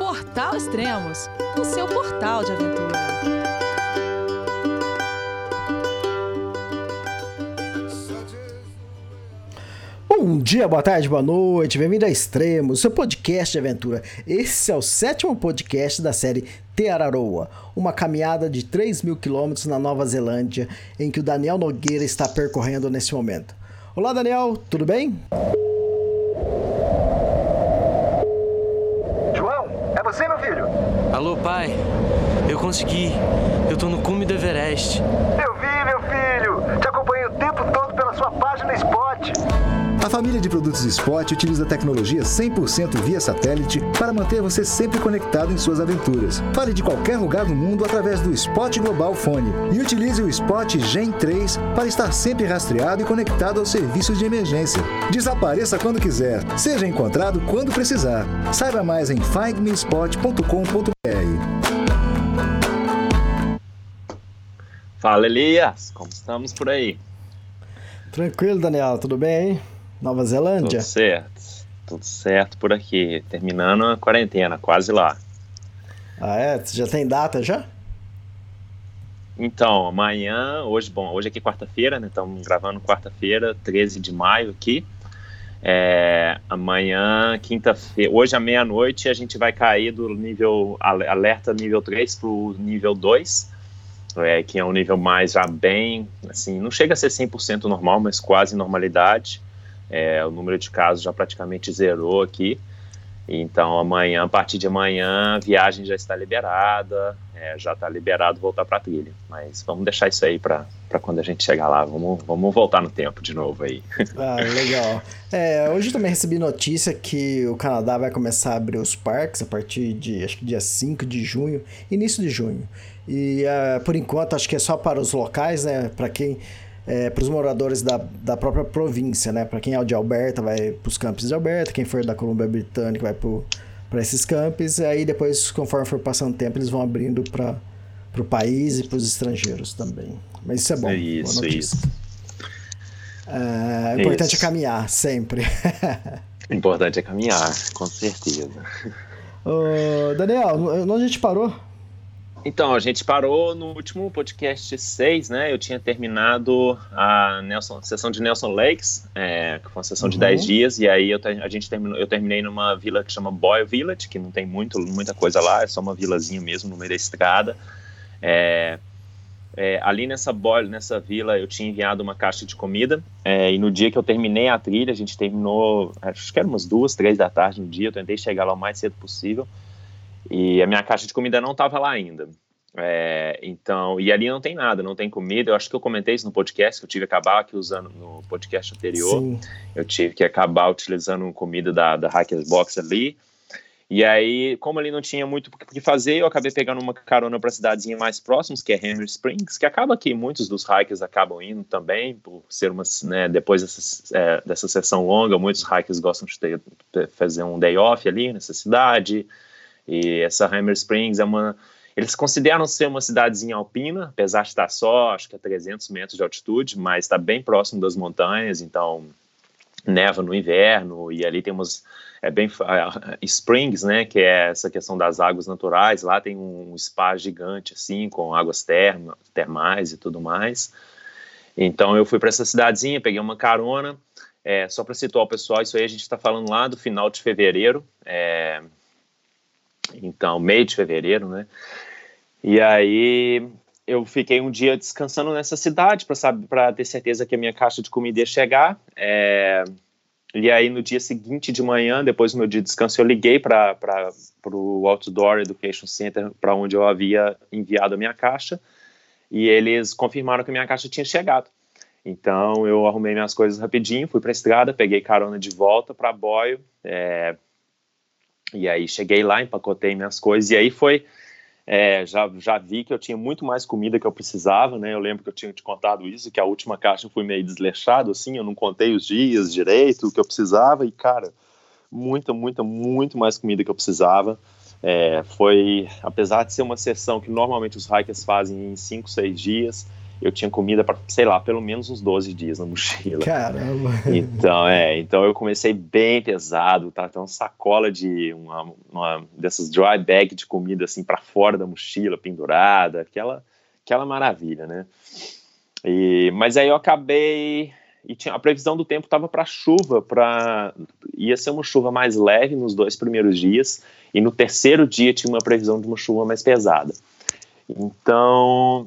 Portal Extremos, o seu portal de aventura. Bom dia, boa tarde, boa noite, bem-vindo a Extremos, seu podcast de aventura. Esse é o 7º podcast da série Te Araroa, uma caminhada de 3.000 quilômetros na Nova Zelândia, em que o Daniel Nogueira está percorrendo nesse momento. Olá, Daniel, tudo bem? João, é você, meu filho? Alô, pai, eu consegui, eu tô no cume do Everest. Eu vi, meu filho, te acompanhei o tempo todo pela sua página Spot. A família de produtos Spot utiliza tecnologia 100% via satélite para manter você sempre conectado em suas aventuras. Fale de qualquer lugar do mundo através do Spot Global Fone e utilize o Spot Gen 3 para estar sempre rastreado e conectado aos serviços de emergência. Desapareça quando quiser, seja encontrado quando precisar. Saiba mais em findmespot.com.br. Fala, Elias, como estamos por aí? Tranquilo, Daniel, tudo bem, hein? Nova Zelândia? Tudo certo por aqui, terminando a quarentena, quase lá. Ah, é? Já tem data já? Então, amanhã, hoje aqui é quarta-feira, né? Estamos gravando quarta-feira, 13 de maio aqui. Amanhã, quinta-feira, hoje à meia-noite, a gente vai cair do nível alerta nível 3 para o nível 2, que é um nível mais já bem, assim, não chega a ser 100% normal, mas quase normalidade. O número de casos já praticamente zerou aqui. Então amanhã, a partir de amanhã, a viagem já está liberada, já está liberado voltar para a trilha. Mas vamos deixar isso aí para quando a gente chegar lá, vamos voltar no tempo de novo aí. Ah, legal. Hoje eu também recebi notícia que o Canadá vai começar a abrir os parques a partir de, acho que dia 5 de junho, início de junho. E por enquanto acho que é só para os locais, né? Para os moradores da própria província, né? Para quem é de Alberta, vai para os campos de Alberta. Quem for da Colômbia Britânica vai para esses campos. E aí depois, conforme for passando o tempo, eles vão abrindo para o país e para os estrangeiros também. Mas isso é bom. Isso. O importante é caminhar, sempre. O importante é caminhar, com certeza. Daniel, onde a gente parou? Então, a gente parou no último podcast 6, né? Eu tinha terminado a sessão de Nelson Lakes, que foi uma sessão de 10 dias, e aí eu terminei numa vila que chama Boyle Village, que não tem muita coisa lá, é só uma vilazinha mesmo no meio da estrada. Ali nessa vila eu tinha enviado uma caixa de comida, e no dia que eu terminei a trilha, a gente terminou, acho que era umas 2, 3 da tarde no dia, eu tentei chegar lá o mais cedo possível, e a minha caixa de comida não estava lá ainda. Então, e ali não tem nada, não tem comida. Eu acho que eu comentei isso no podcast, que eu tive que acabar aqui usando no podcast anterior. Sim. Eu tive que acabar utilizando comida da Hiker's Box ali. E aí, como ali não tinha muito o que fazer, eu acabei pegando uma carona para a cidadezinha mais próxima, que é Hammer Springs, que acaba que muitos dos hikers acabam indo também, por ser depois dessa sessão longa, muitos hikers gostam de fazer um day off ali nessa cidade. E essa Hammer Springs eles consideram ser uma cidadezinha alpina, apesar de estar só, acho que a 300 metros de altitude, mas está bem próximo das montanhas, então neva no inverno, e ali tem Springs, né, que é essa questão das águas naturais. Lá tem um spa gigante, assim, com águas termais e tudo mais. Então eu fui para essa cidadezinha, peguei uma carona, só para situar o pessoal, isso aí a gente está falando lá do final de fevereiro, então, meio de fevereiro, né? E aí eu fiquei um dia descansando nessa cidade para ter certeza que a minha caixa de comida ia chegar. E aí no dia seguinte de manhã, depois do meu dia de descanso, eu liguei para o Outdoor Education Center, para onde eu havia enviado a minha caixa, e eles confirmaram que a minha caixa tinha chegado. Então eu arrumei minhas coisas rapidinho, fui para a estrada, peguei carona de volta para Boyle, e aí cheguei lá, empacotei minhas coisas, e aí foi, já vi que eu tinha muito mais comida que eu precisava, né? Eu lembro que eu tinha te contado isso, que a última caixa eu fui meio desleixado, assim, eu não contei os dias direito, o que eu precisava, e cara, muito mais comida que eu precisava. Foi, apesar de ser uma sessão que normalmente os hikers fazem em 5, 6 dias, eu tinha comida para, sei lá, pelo menos uns 12 dias na mochila. Caramba! Então eu comecei bem pesado, tá? Então sacola de uma dessas dry bag de comida assim para fora da mochila, pendurada, aquela maravilha, né? Mas aí eu acabei, e a previsão do tempo estava para chuva, ia ser uma chuva mais leve nos 2 primeiros dias, e no terceiro dia tinha uma previsão de uma chuva mais pesada. Então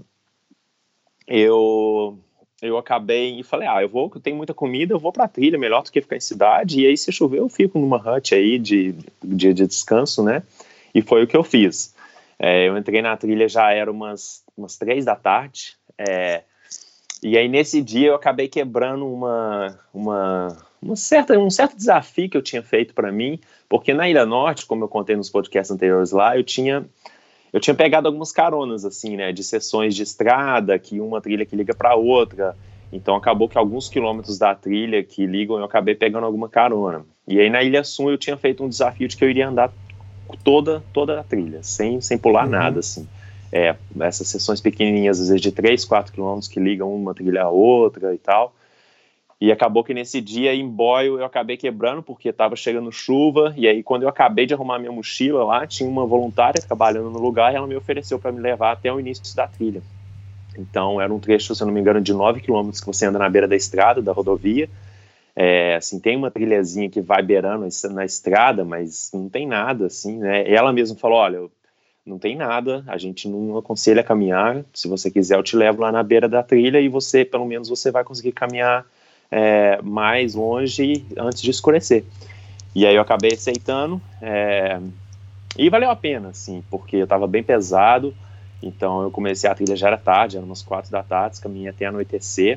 eu acabei e falei, eu tenho muita comida, eu vou pra trilha, melhor do que ficar em cidade, e aí se chover eu fico numa hut aí de dia de descanso, né? E foi o que eu fiz. Eu entrei na trilha, já era umas 3 da tarde, e aí nesse dia eu acabei quebrando um certo desafio que eu tinha feito para mim, porque na Ilha Norte, como eu contei nos podcasts anteriores lá, eu tinha pegado algumas caronas, assim, né, de seções de estrada, que uma trilha que liga para outra, então acabou que alguns quilômetros da trilha que ligam eu acabei pegando alguma carona. E aí na Ilha Sul eu tinha feito um desafio de que eu iria andar toda a trilha, sem pular nada, assim. Essas seções pequenininhas, às vezes de 3, 4 quilômetros que ligam uma trilha a outra e tal. E acabou que nesse dia em Boyle eu acabei quebrando porque estava chegando chuva, e aí quando eu acabei de arrumar minha mochila lá, tinha uma voluntária trabalhando no lugar e ela me ofereceu para me levar até o início da trilha. Então era um trecho, se eu não me engano, de 9 quilômetros que você anda na beira da estrada, da rodovia. Assim, tem uma trilhazinha que vai beirando na estrada, mas não tem nada, assim, né? Ela mesma falou, olha, não tem nada, a gente não aconselha caminhar, se você quiser eu te levo lá na beira da trilha e pelo menos você vai conseguir caminhar mais longe antes de escurecer. E aí eu acabei aceitando, e valeu a pena, assim, porque eu estava bem pesado, então eu comecei a trilha, já era tarde, eram umas 4 da tarde, caminhei até anoitecer,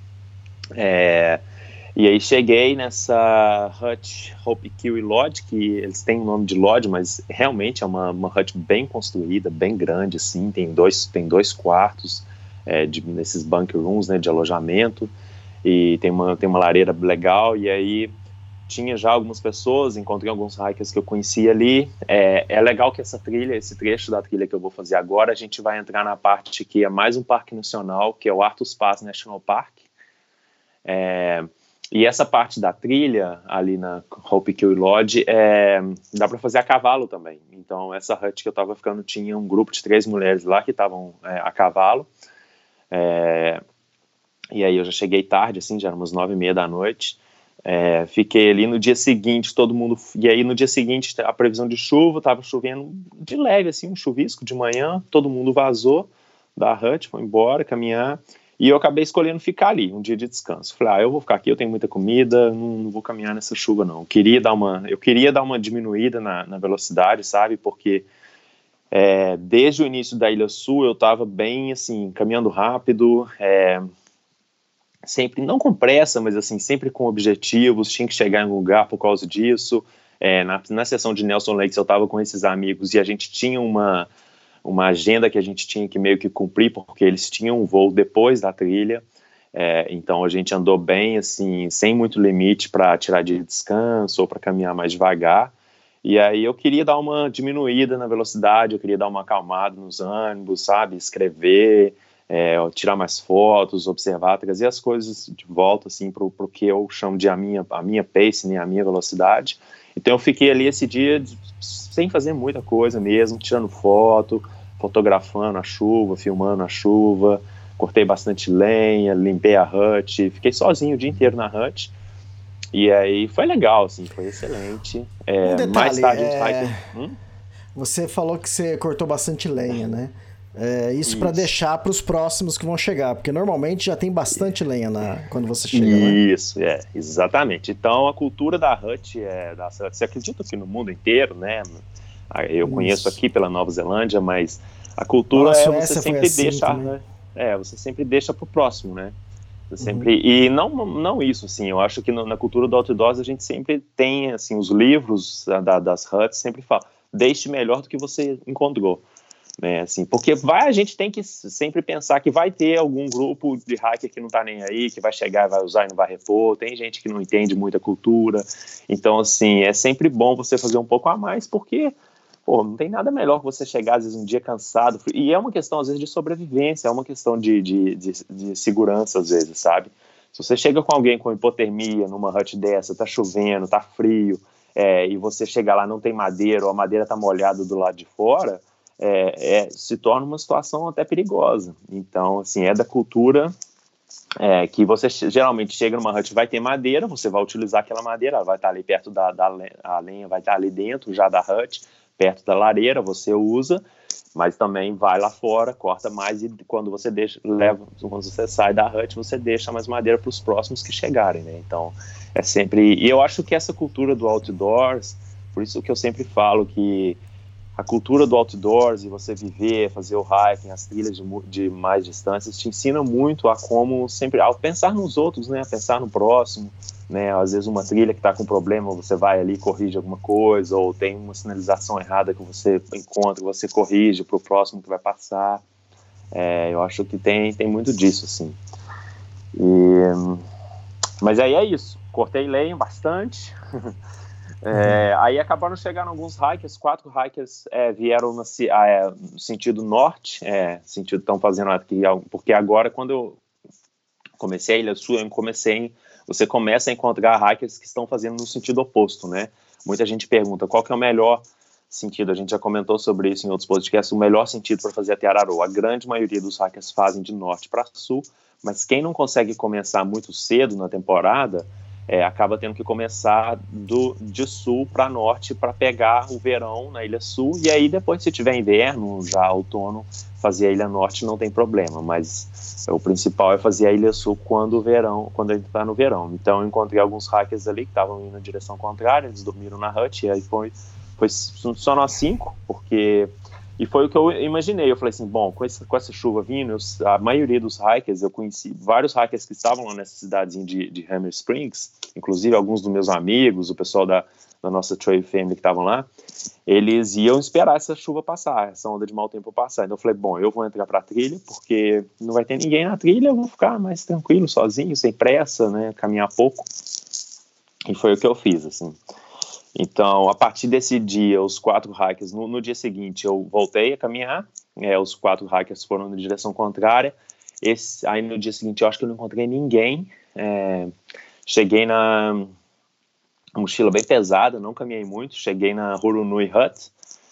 e aí cheguei nessa hut Hopi Kiwi Lodge, que eles têm o nome de lodge, mas realmente é uma hut bem construída, bem grande, assim, tem dois quartos, nesses bunker rooms, né, de alojamento, e tem uma lareira legal, e aí tinha já algumas pessoas, encontrei alguns hikers que eu conhecia ali. É legal que esse trecho da trilha que eu vou fazer agora, a gente vai entrar na parte que é mais um parque nacional, que é o Arthur's Pass National Park, e essa parte da trilha, ali na Hopi Kiwi Lodge, dá para fazer a cavalo também. Então, essa hut que eu estava ficando, tinha um grupo de 3 mulheres lá que estavam a cavalo. E aí eu já cheguei tarde, assim, já eram umas 9h30 da noite. Fiquei ali no dia seguinte, todo mundo... E aí no dia seguinte, a previsão de chuva, estava chovendo de leve, assim, um chuvisco de manhã, todo mundo vazou da hut, foi embora, caminhar... E eu acabei escolhendo ficar ali, um dia de descanso. Falei, eu vou ficar aqui, eu tenho muita comida, não vou caminhar nessa chuva, não. Eu queria dar uma diminuída na velocidade, sabe? Porque desde o início da Ilha Sul eu estava bem, assim, caminhando rápido, sempre, não com pressa, mas assim, sempre com objetivos, tinha que chegar em um lugar por causa disso. Na sessão de Nelson Lakes eu estava com esses amigos e a gente tinha uma agenda que a gente tinha que meio que cumprir, porque eles tinham um voo depois da trilha, então a gente andou bem, assim, sem muito limite para tirar de descanso ou para caminhar mais devagar, e aí eu queria dar uma diminuída na velocidade, eu queria dar uma acalmada nos ânimos, sabe, escrever, tirar mais fotos, observar, trazer as coisas de volta, assim, pro que eu chamo de a minha pace, né, a minha velocidade. Então eu fiquei ali esse dia sem fazer muita coisa mesmo, tirando foto, fotografando a chuva, filmando a chuva, cortei bastante lenha, limpei a hut, fiquei sozinho o dia inteiro na hut, e aí foi legal, assim, foi excelente. Um detalhe, mais tarde você falou que você cortou bastante lenha, né? Isso para deixar para os próximos que vão chegar, porque normalmente já tem bastante lenha quando você chega, né? Isso, exatamente. Então a cultura da hut, você acredita que no mundo inteiro, né? Eu conheço aqui pela Nova Zelândia, mas a cultura você sempre deixa, né? Você sempre deixa pro próximo, né? Você sempre, e não isso, assim, eu acho que na cultura do outdoors a gente sempre tem, assim, os livros das huts sempre falam, deixe melhor do que você encontrou. Né, assim, porque a gente tem que sempre pensar que vai ter algum grupo de hacker que não tá nem aí, que vai chegar, vai usar e não vai repor, tem gente que não entende muita cultura, então assim, é sempre bom você fazer um pouco a mais, porque pô, não tem nada melhor que você chegar, às vezes, um dia cansado, e é uma questão, às vezes, de sobrevivência, é uma questão de segurança, às vezes, sabe? Se você chega com alguém com hipotermia numa hut dessa, tá chovendo, tá frio, e você chega lá, não tem madeira, ou a madeira tá molhada do lado de fora, se torna uma situação até perigosa. Então, assim, é da cultura que você geralmente chega numa hut, vai ter madeira, você vai utilizar aquela madeira, ela vai estar ali perto a lenha vai estar ali dentro já da hut, perto da lareira, você usa, mas também vai lá fora, corta mais, e quando você quando você sai da hut, você deixa mais madeira para os próximos que chegarem, né? Então, é sempre... E eu acho que essa cultura do outdoors, por isso que eu sempre falo que a cultura do outdoors, e você viver, fazer o hiking, as trilhas de mais distâncias, te ensina muito a como sempre, ao pensar nos outros, né? A pensar no próximo, né? Às vezes uma trilha que está com problema, você vai ali e corrige alguma coisa, ou tem uma sinalização errada que você encontra, você corrige para o próximo que vai passar. Eu acho que tem muito disso, assim. Mas aí é isso. Cortei lenha bastante. Aí acabaram chegando alguns hikers, 4 hikers vieram no sentido norte, sentido estão fazendo aqui, porque agora quando eu comecei a Ilha Sul, você começa a encontrar hikers que estão fazendo no sentido oposto, né? Muita gente pergunta qual que é o melhor sentido, a gente já comentou sobre isso em outros podcasts, o melhor sentido para fazer até Araroa. A grande maioria dos hikers fazem de norte para sul, mas quem não consegue começar muito cedo na temporada, acaba tendo que começar de sul para norte para pegar o verão na Ilha Sul, e aí depois, se tiver inverno, já outono, fazer a Ilha Norte não tem problema, mas o principal é fazer a Ilha Sul quando a gente está no verão. Então eu encontrei alguns hikers ali que estavam indo na direção contrária, eles dormiram na hut, e aí foi só nós 5, e foi o que eu imaginei. Eu falei assim, bom, com essa chuva vindo, a maioria dos hikers, eu conheci vários hikers que estavam lá nessa cidadezinha de Hammer Springs, inclusive alguns dos meus amigos, o pessoal da nossa Trail Family que estavam lá, eles iam esperar essa chuva passar, essa onda de mau tempo passar. Então eu falei, bom, eu vou entrar pra trilha, porque não vai ter ninguém na trilha, eu vou ficar mais tranquilo, sozinho, sem pressa, né, caminhar pouco. E foi o que eu fiz, assim. Então, a partir desse dia, os 4 hikers, no dia seguinte, eu voltei a caminhar, os 4 hikers foram na direção contrária. Aí no dia seguinte, eu acho que eu não encontrei ninguém. Cheguei na mochila bem pesada, não caminhei muito, cheguei na Hurunui Hut,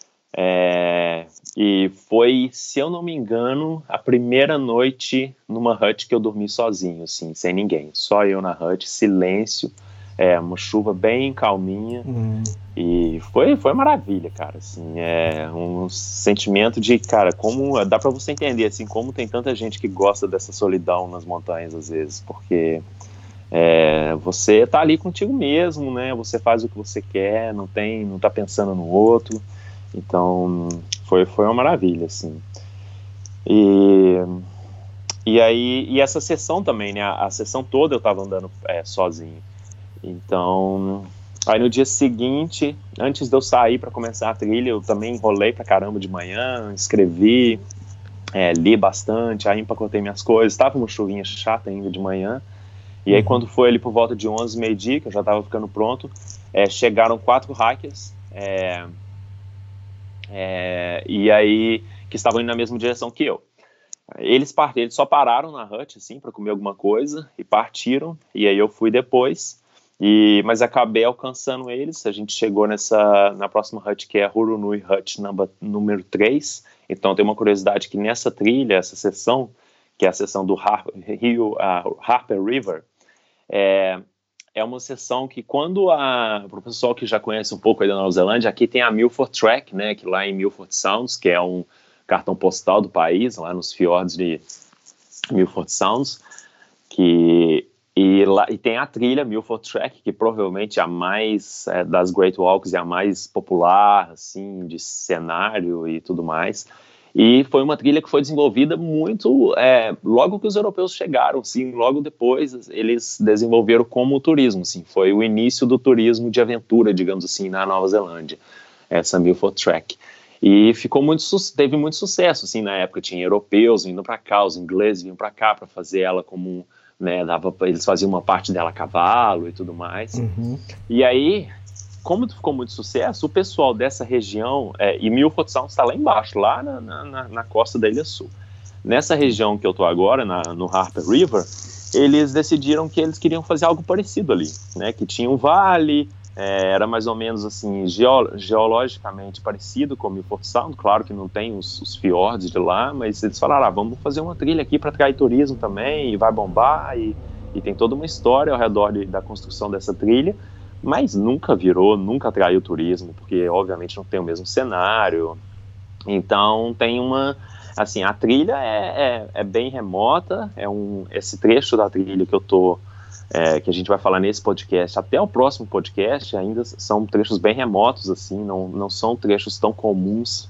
e foi, se eu não me engano, a primeira noite numa hut que eu dormi sozinho, assim, sem ninguém, só eu na hut, silêncio, uma chuva bem calminha, e foi maravilha, cara, assim, um sentimento de, cara, como dá pra você entender, assim, como tem tanta gente que gosta dessa solidão nas montanhas, às vezes, porque você tá ali contigo mesmo, né, você faz o que você quer, não tá pensando no outro, então foi uma maravilha, assim, e aí, essa sessão também, né, a sessão toda eu tava andando sozinho. Então, aí no dia seguinte, antes de eu sair para começar a trilha, eu também enrolei pra caramba de manhã, escrevi, li bastante, aí empacotei minhas coisas, estava uma chuvinha chata ainda de manhã, e aí quando foi ali por volta de 11, meio-dia, que eu já estava ficando pronto, chegaram 4 hikers, e aí, que estavam indo na mesma direção que eu. Eles só pararam na hut, assim, para comer alguma coisa, e partiram, e aí eu fui depois, mas acabei alcançando eles. A gente chegou na próxima hut, que é a Hurunui Hut número 3. Então tem uma curiosidade que nessa trilha, essa seção, que é a seção do Harper River, é uma seção que quando para o pessoal que já conhece um pouco aí da Nova Zelândia, aqui tem a Milford Track, né, que lá em Milford Sounds, que é um cartão postal do país, lá nos fiordes de Milford Sounds, e tem a trilha Milford Track, que provavelmente é a mais, das Great Walks, é a mais popular, assim, de cenário e tudo mais. E foi uma trilha que foi desenvolvida muito, logo que os europeus chegaram, assim, logo depois eles desenvolveram como turismo, assim, foi o início do turismo de aventura, digamos assim, na Nova Zelândia, essa Milford Track. E teve muito sucesso, assim, na época tinha europeus vindo para cá, os ingleses vinham para cá para fazer ela como, né, eles faziam uma parte dela a cavalo e tudo mais. E aí, como ficou muito sucesso, o pessoal dessa região, e Milford Sound está lá embaixo, lá na costa da Ilha Sul. Nessa região que eu estou agora, no Harper River, eles decidiram que eles queriam fazer algo parecido ali, né? Que tinha um vale, era mais ou menos assim, geologicamente parecido com Milford Sound, claro que não tem os fiordes de lá, mas eles falaram, vamos fazer uma trilha aqui para atrair turismo também, e vai bombar, e tem toda uma história ao redor da construção dessa trilha, mas nunca atraiu turismo, porque obviamente não tem o mesmo cenário. Então tem assim, a trilha é bem remota, esse trecho da trilha que a gente vai falar nesse podcast, até o próximo podcast, ainda são trechos bem remotos, assim, não são trechos tão comuns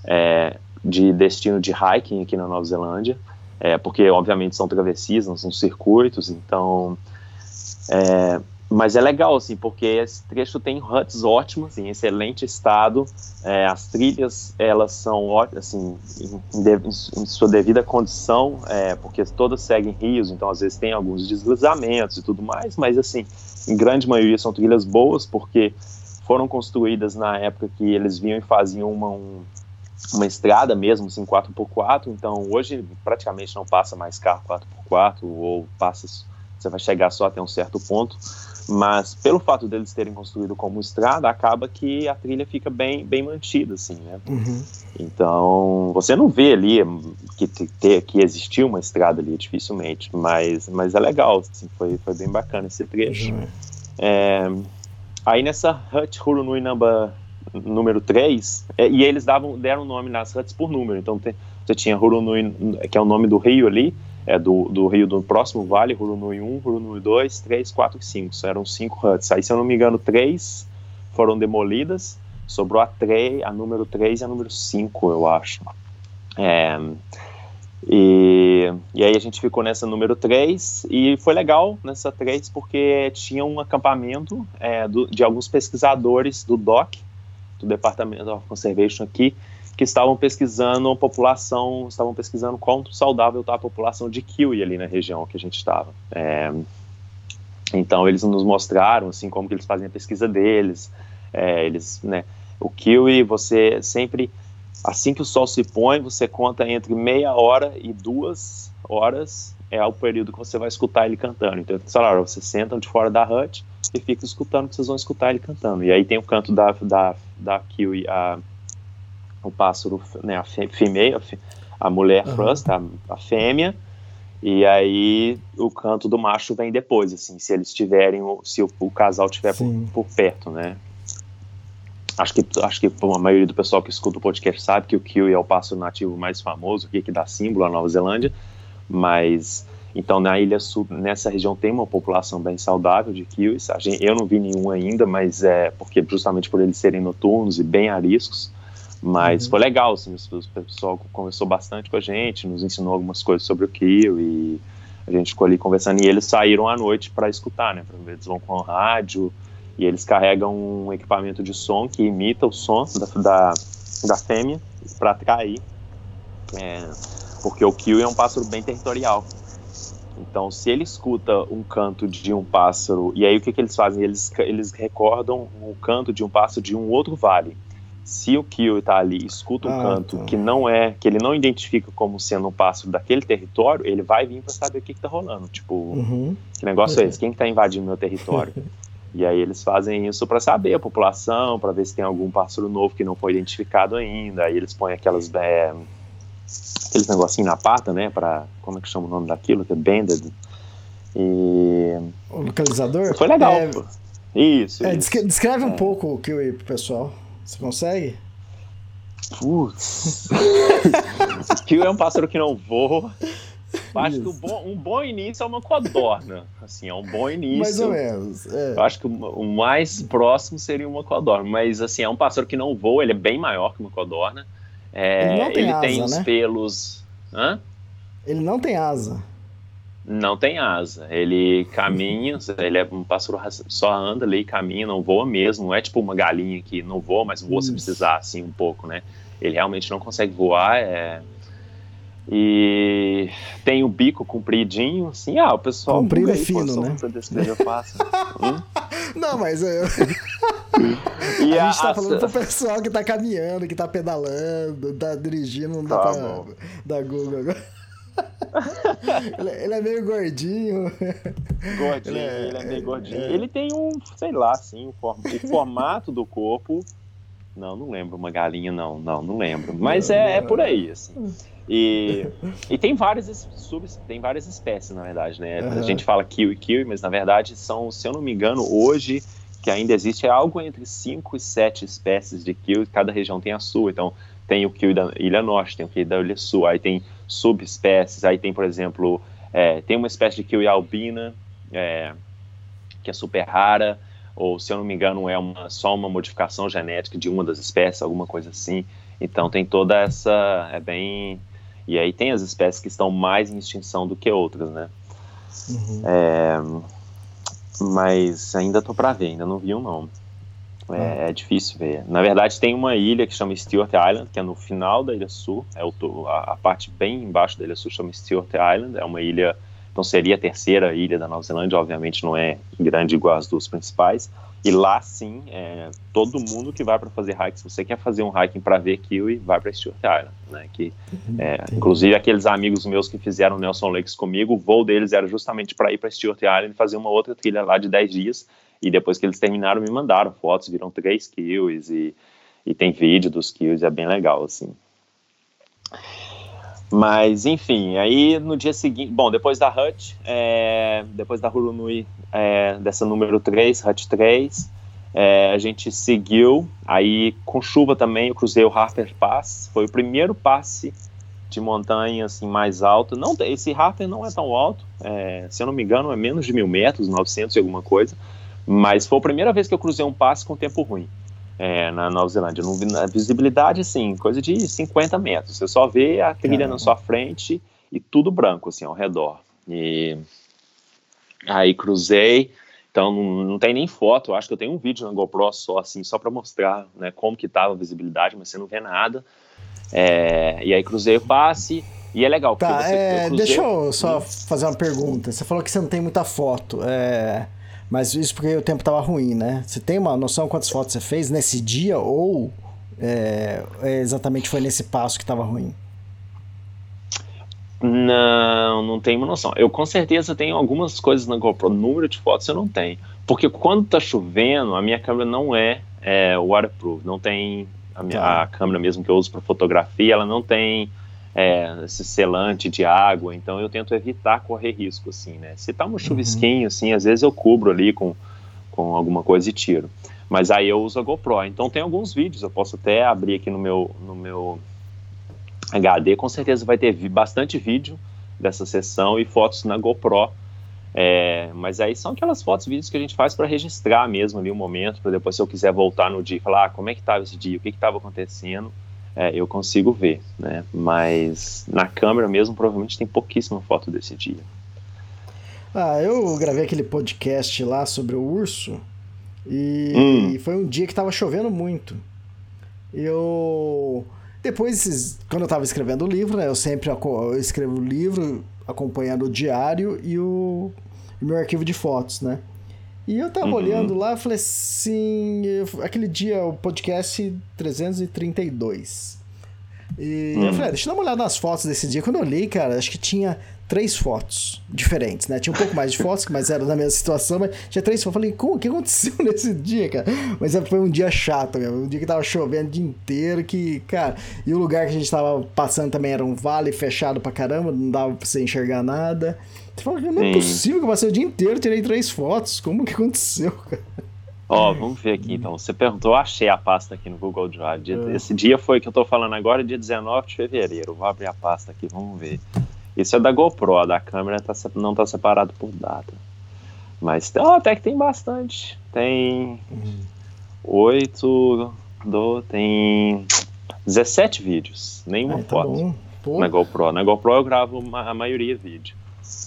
de destino de hiking aqui na Nova Zelândia, porque obviamente são travessias, não são circuitos, então... mas é legal, assim, porque esse trecho tem huts ótimos, em excelente estado, as trilhas, elas são, assim, em sua devida condição, porque todas seguem rios, então às vezes tem alguns deslizamentos e tudo mais, mas assim, em grande maioria são trilhas boas, porque foram construídas na época que eles vinham e faziam uma estrada mesmo, assim, 4x4, então hoje praticamente não passa mais carro 4x4, ou você vai chegar só até um certo ponto, mas pelo fato deles terem construído como estrada, acaba que a trilha fica bem mantida, assim, né? Uhum. Então, você não vê ali que existiu uma estrada ali, dificilmente, mas é legal, assim, foi bem bacana esse trecho. Uhum. Aí nessa hut Hurunui número 3, e eles deram nome nas huts por número, então você tinha Hurunui, que é o nome do rio ali, do rio do próximo vale, Hurunui 1, Hurunui 2, 3, 4 e 5, eram 5 huts. Aí, se eu não me engano, 3 foram demolidas, sobrou a número 3 e a número 5, eu acho. E aí a gente ficou nessa número 3, e foi legal nessa 3 porque tinha um acampamento de alguns pesquisadores do DOC, do Department of Conservation aqui, que estavam pesquisando quão saudável está a população de kiwi ali na região que a gente estava. Então eles nos mostraram assim, como que eles fazem a pesquisa deles. O kiwi, você sempre, assim que o sol se põe, você conta entre meia hora e 2 horas é o período que você vai escutar ele cantando. Então, vocês sentam de fora da hut e ficam escutando, que vocês vão escutar ele cantando. E aí tem o canto da kiwi, o pássaro, né, a mulher first, a fêmea, e aí o canto do macho vem depois, assim, se o casal estiver por perto, né. Acho que a maioria do pessoal que escuta o podcast sabe que o kiwi é o pássaro nativo mais famoso aqui, que dá símbolo à Nova Zelândia, mas então na Ilha Sul, nessa região, tem uma população bem saudável de kiwis. Eu não vi nenhum ainda, mas porque justamente por eles serem noturnos e bem ariscos. Mas foi legal, assim, o pessoal conversou bastante com a gente, nos ensinou algumas coisas sobre o kiwi, a gente ficou ali conversando, e eles saíram à noite para escutar, né, eles vão com rádio, e eles carregam um equipamento de som que imita o som da fêmea para atrair, porque o kiwi é um pássaro bem territorial. Então, se ele escuta um canto de um pássaro, e aí o que eles fazem? Eles recordam o canto de um pássaro de um outro vale. Se o kiwi está ali e escuta um canto que ele não identifica como sendo um pássaro daquele território, ele vai vir para saber o que está rolando. Tipo, que negócio é esse? Quem está invadindo meu território? E aí eles fazem isso para saber a população, para ver se tem algum pássaro novo que não foi identificado ainda. Aí eles põem aqueles negocinhos na pata, né? Como é que chama o nome daquilo? Que é banded. O localizador? Foi legal. Isso. Descreve um pouco o kiwi pro pessoal. Você consegue? Putz. O kiwi é um pássaro que não voa. Acho que um bom início é uma codorna. Assim, é um bom início. Mais ou menos. Eu acho que o mais próximo seria uma codorna. Mas, assim, é um pássaro que não voa. Ele é bem maior que uma codorna. Ele tem os pelos... Hã? Ele não tem asa. Não tem asa. Ele caminha, ele é um pássaro, só anda ali e caminha, não voa mesmo. Não é tipo uma galinha que não voa, mas voa se precisar, assim, um pouco, né? Ele realmente não consegue voar. E tem o bico compridinho, assim, o pessoal... Comprido é fino, né? Pra descrever fácil. Não, mas... E a gente tá falando pro pessoal que tá caminhando, que tá pedalando, tá dirigindo, não dá pra dar Google agora. Ele é meio gordinho. Ele é meio gordinho. Ele tem sei lá, assim, o formato do corpo. Não lembro uma galinha, não lembro. Mas é por aí, assim. E tem várias espécies, na verdade, né? A gente fala kiwi, mas na verdade são, se eu não me engano, hoje que ainda existe algo entre 5 e 7 espécies de kiwi, cada região tem a sua. Então tem o kiwi da Ilha Norte, tem o kiwi da Ilha Sul, aí tem subespécies, aí tem, por exemplo, tem uma espécie de kiwi albina, que é super rara, ou se eu não me engano só uma modificação genética de uma das espécies, alguma coisa assim. Então tem toda essa, e aí tem as espécies que estão mais em extinção do que outras, né? Mas ainda tô para ver, ainda não vi não. É difícil ver. Na verdade tem uma ilha que chama Stewart Island, que é no final da Ilha Sul, a parte bem embaixo da Ilha Sul chama Stewart Island, é uma ilha, então seria a terceira ilha da Nova Zelândia, obviamente não é grande igual as duas principais, e lá sim, todo mundo que vai para fazer hike, se você quer fazer um hiking para ver kiwi, vai para Stewart Island, né? Inclusive aqueles amigos meus que fizeram Nelson Lakes comigo, o voo deles era justamente para ir para Stewart Island e fazer uma outra trilha lá de 10 dias, e depois que eles terminaram me mandaram fotos, viram 3 kiwis e tem vídeo dos kiwis, é bem legal, assim. Mas, enfim, aí no dia seguinte, bom, depois da Hut, depois da Hurunui, dessa número 3, Hut 3, a gente seguiu, aí com chuva também, eu cruzei o Harper Pass, foi o primeiro passe de montanha, assim, mais alto. Esse Harper não é tão alto, se eu não me engano é menos de 1.000 metros, 900 e alguma coisa, mas foi a primeira vez que eu cruzei um passe com tempo ruim. Na Nova Zelândia, eu não vi a visibilidade, assim, coisa de 50 metros, você só vê a trilha na sua frente e tudo branco, assim, ao redor, e aí cruzei, então não tem nem foto, eu acho que eu tenho um vídeo na GoPro só, assim, só para mostrar, né, como que tava a visibilidade, mas você não vê nada, e aí cruzei o passe, e é legal, porque deixa eu só fazer uma pergunta, você falou que você não tem muita foto, mas isso porque o tempo tava ruim, né? Você tem uma noção quantas fotos você fez nesse dia ou exatamente foi nesse passo que tava ruim? Não tenho uma noção. Eu com certeza tenho algumas coisas na GoPro, número de fotos eu não tenho. Porque quando tá chovendo, a minha câmera não é waterproof, não tem, a câmera mesmo que eu uso para fotografia, ela não tem esse selante de água, então eu tento evitar correr risco, assim, né? Se tá um chuvisquinho, assim, às vezes eu cubro ali com alguma coisa e tiro. Mas aí eu uso a GoPro. Então tem alguns vídeos, eu posso até abrir aqui no meu HD, com certeza vai ter bastante vídeo dessa sessão e fotos na GoPro. Mas aí são aquelas fotos, vídeos que a gente faz para registrar mesmo ali o momento, para depois, se eu quiser voltar no dia e falar como é que estava esse dia, o que estava acontecendo, eu consigo ver, né? Mas na câmera mesmo, provavelmente tem pouquíssima foto desse dia. Eu gravei aquele podcast lá sobre o urso e foi um dia que estava chovendo muito. Depois, quando eu estava escrevendo o livro, né, eu escrevo o livro acompanhando o diário e o meu arquivo de fotos, né? E eu tava olhando lá, falei assim, aquele dia, o podcast 332. E eu falei, deixa eu dar uma olhada nas fotos desse dia. Quando eu olhei, cara, acho que tinha 3 fotos diferentes, né? Tinha um pouco mais de fotos, mas era na mesma situação, mas tinha 3 fotos. Eu falei, o que aconteceu nesse dia, cara? Mas foi um dia chato, cara. Um dia que tava chovendo o dia inteiro, cara... E o lugar que a gente tava passando também era um vale fechado pra caramba, não dava pra você enxergar nada. Você fala, não é possível que eu passei o dia inteiro, tirei 3 fotos. Como que aconteceu, cara? Vamos ver aqui então. Você perguntou, eu achei a pasta aqui no Google Drive. Esse dia foi que eu tô falando agora, dia 19 de fevereiro. Vou abrir a pasta aqui, vamos ver. Isso é da GoPro, a da câmera não tá separado por data. Mas até que tem bastante. Tem tem 17 vídeos, nenhuma foto na GoPro. Na GoPro eu gravo a maioria vídeo.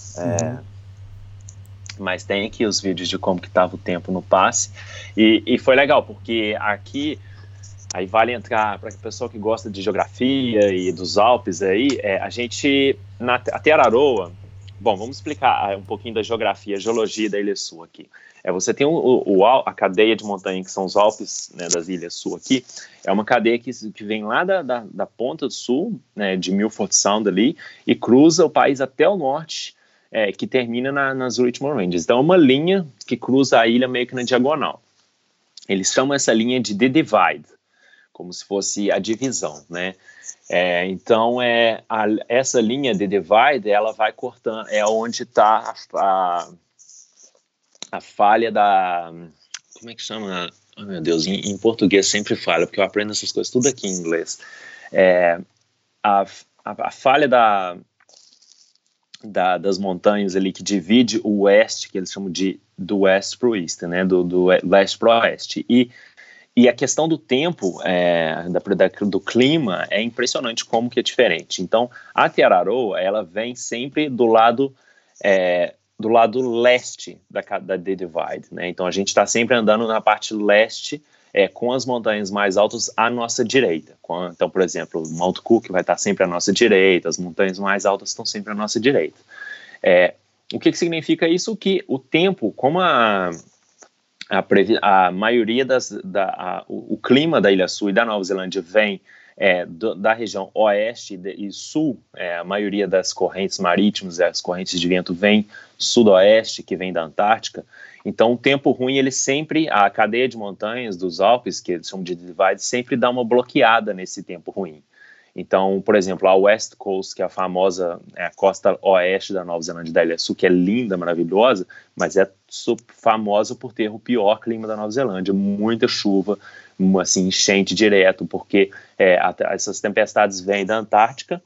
Mas tem aqui os vídeos de como que tava o tempo no passe. E foi legal, porque aqui, aí vale entrar para a pessoa que gosta de geografia e dos Alpes aí, a gente, até Araroa, Bom, vamos explicar um pouquinho da geografia, a geologia da Ilha Sul aqui. Você tem a cadeia de montanha, que são os Alpes, né, das Ilhas Sul aqui. É uma cadeia que vem lá da ponta do sul, né, de Milford Sound ali, e cruza o país até o norte, que termina nas Richmond Ranges. Então, é uma linha que cruza a ilha meio que na diagonal. Eles chamam essa linha de The Divide, como se fosse a divisão, né? Então, essa linha de divide, ela vai cortando, é onde está a falha da... Como é que chama? Oh, meu Deus, em português sempre falha, porque eu aprendo essas coisas tudo aqui em inglês. A falha das montanhas ali que divide o oeste, que eles chamam do oeste para o oeste, né? Do leste para o oeste. E a questão do tempo, do clima, é impressionante como que é diferente. Então, a Tiararoa, ela vem sempre do lado leste da The Divide, né? Então, a gente está sempre andando na parte leste, com as montanhas mais altas à nossa direita. Então, por exemplo, o Mount Cook vai estar sempre à nossa direita, as montanhas mais altas estão sempre à nossa direita. O que significa isso? Que o tempo, como a maioria o clima da Ilha Sul e da Nova Zelândia vem da região oeste e sul, a maioria das correntes marítimas, as correntes de vento vem sudoeste, que vem da Antártica. Então, o tempo ruim, a cadeia de montanhas dos Alpes, que eles chamam de divide, sempre dá uma bloqueada nesse tempo ruim. Então, por exemplo, a West Coast, que é a famosa a costa oeste da Nova Zelândia da Ilha Sul, que é linda, maravilhosa, mas é famosa por ter o pior clima da Nova Zelândia, muita chuva, assim, enchente direto, porque essas tempestades vêm da Antártica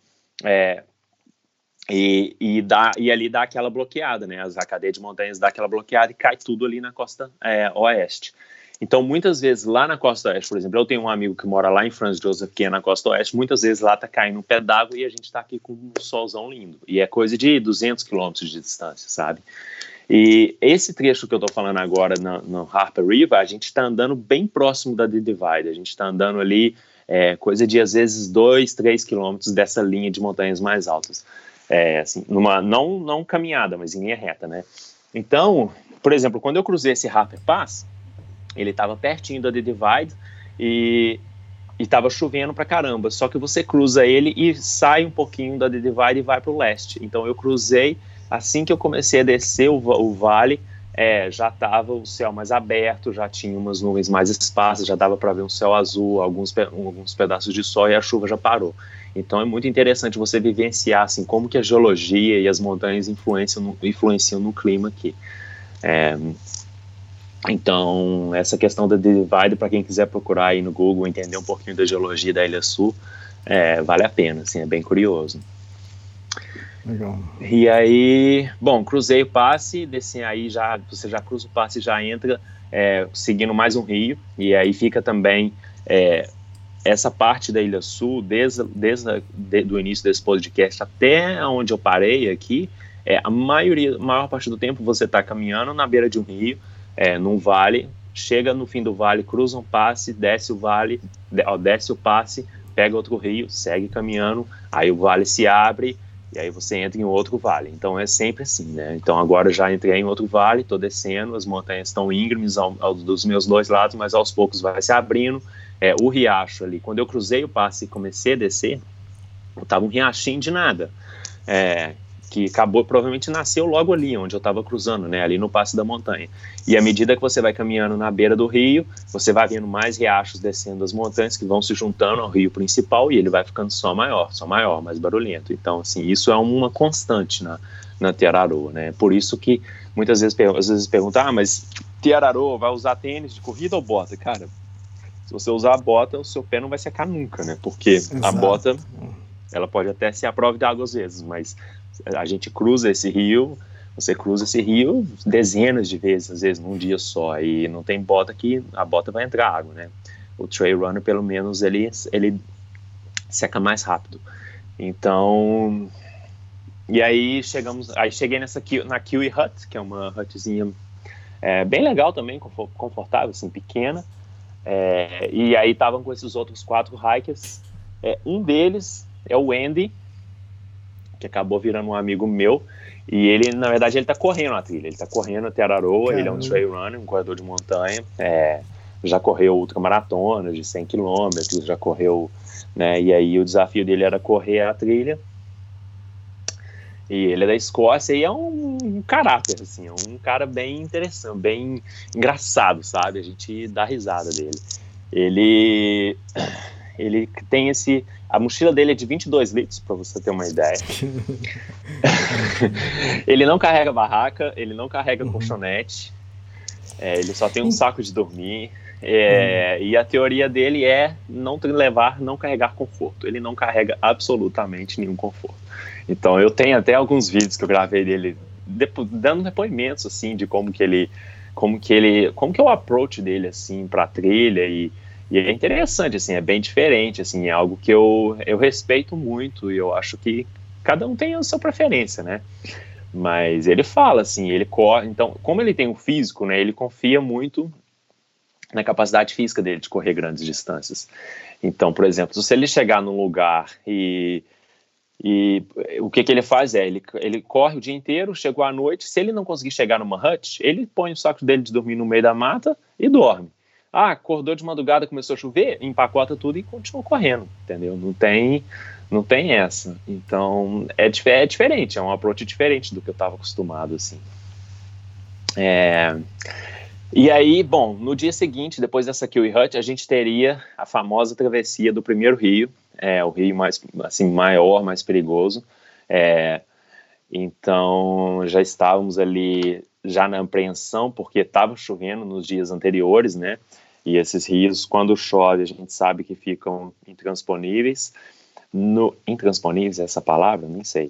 e ali dá aquela bloqueada, né? A cadeia de montanhas dá aquela bloqueada e cai tudo ali na costa oeste. Então, muitas vezes, lá na costa oeste, por exemplo, eu tenho um amigo que mora lá em Franz Joseph, que é na costa oeste, muitas vezes lá tá caindo um pé d'água e a gente tá aqui com um solzão lindo. E é coisa de 200 quilômetros de distância, sabe? E esse trecho que eu tô falando agora no Harper River, a gente tá andando bem próximo da The Divide. A gente tá andando ali, coisa de, às vezes, 2, 3 quilômetros dessa linha de montanhas mais altas. Assim, não caminhada, mas em linha reta, né? Então, por exemplo, quando eu cruzei esse Harper Pass, ele estava pertinho da The Divide e estava chovendo pra caramba, só que você cruza ele e sai um pouquinho da The Divide e vai para o leste. Então eu cruzei, assim que eu comecei a descer o vale, já estava o céu mais aberto, já tinha umas nuvens mais esparsas, já dava para ver um céu azul, alguns pedaços de sol, e a chuva já parou. Então é muito interessante você vivenciar assim, como que a geologia e as montanhas influenciam no clima aqui. Então, essa questão da Divide, para quem quiser procurar aí no Google, entender um pouquinho da geologia da Ilha Sul, vale a pena, assim, é bem curioso. Legal. E aí, bom, cruzei o passe, desci aí, você já cruza o passe e já entra seguindo mais um rio, e aí fica também essa parte da Ilha Sul, desde o início desse podcast até onde eu parei aqui, a maior parte do tempo você está caminhando na beira de um rio, num vale, chega no fim do vale, cruza um passe, desce o vale, desce o passe, pega outro rio, segue caminhando, aí o vale se abre e aí você entra em outro vale. Então é sempre assim, né? Então agora eu já entrei em outro vale, estou descendo, as montanhas estão íngremes dos meus dois lados, mas aos poucos vai se abrindo. O riacho ali, quando eu cruzei o passe e comecei a descer, estava um riachinho de nada, que provavelmente nasceu logo ali, onde eu estava cruzando, né, ali no passe da montanha. E à medida que você vai caminhando na beira do rio, você vai vendo mais riachos descendo as montanhas, que vão se juntando ao rio principal, e ele vai ficando só maior, mais barulhento. Então, assim, isso é uma constante na Tiararoa, né, por isso que muitas vezes, às vezes perguntam, mas Tiararoa vai usar tênis de corrida ou bota? Cara, se você usar a bota, o seu pé não vai secar nunca, né, porque Exato. A bota, ela pode até ser à prova de água às vezes, mas a gente cruza esse rio, você cruza esse rio dezenas de vezes, às vezes num dia só, e não tem bota que a bota vai entrar água, né? O trail runner, pelo menos, ele seca mais rápido. Então, e aí cheguei na Kiwi Hut, que é uma hutzinha bem legal também, confortável, assim, pequena, e aí estavam com esses outros 4 hikers, um deles é o Andy, que acabou virando um amigo meu, E ele, na verdade, ele tá correndo na trilha. Ele tá correndo até Araroa. Caramba. Ele é um trail runner, um corredor de montanha. Já correu ultramaratonas de 100 quilômetros, já correu, né? E aí o desafio dele era correr a trilha. E ele é da Escócia e é um caráter, assim, é um cara bem interessante, bem engraçado, sabe? A gente dá risada dele. Ele tem a mochila dele é de 22 litros, para você ter uma ideia. Ele não carrega barraca, ele não carrega colchonete, ele só tem um saco de dormir. E a teoria dele é não carregar conforto. Ele não carrega absolutamente nenhum conforto. Então eu tenho até alguns vídeos que eu gravei dele dando depoimentos assim de como que é o approach dele assim para a trilha e é interessante assim, é bem diferente assim, é algo que eu respeito muito e eu acho que cada um tem a sua preferência, né? Mas ele fala assim, ele corre, então como ele tem um físico, né? Ele confia muito na capacidade física dele de correr grandes distâncias. Então, por exemplo, se ele chegar num lugar e o que ele faz ele corre o dia inteiro, chegou à noite, se ele não conseguir chegar numa hut, ele põe o saco dele de dormir no meio da mata e dorme. Acordou de madrugada, começou a chover, empacota tudo e continua correndo, entendeu? Não tem essa. Então, é diferente, é um approach diferente do que eu estava acostumado, assim. E aí, bom, no dia seguinte, depois dessa Kiwi Hut, a gente teria a famosa travessia do primeiro rio, o rio mais, assim, maior, mais perigoso. Então, já estávamos ali, já na apreensão, porque estava chovendo nos dias anteriores, né? E esses rios, quando chove, a gente sabe que ficam intransponíveis. Intransponíveis é essa palavra? Nem sei.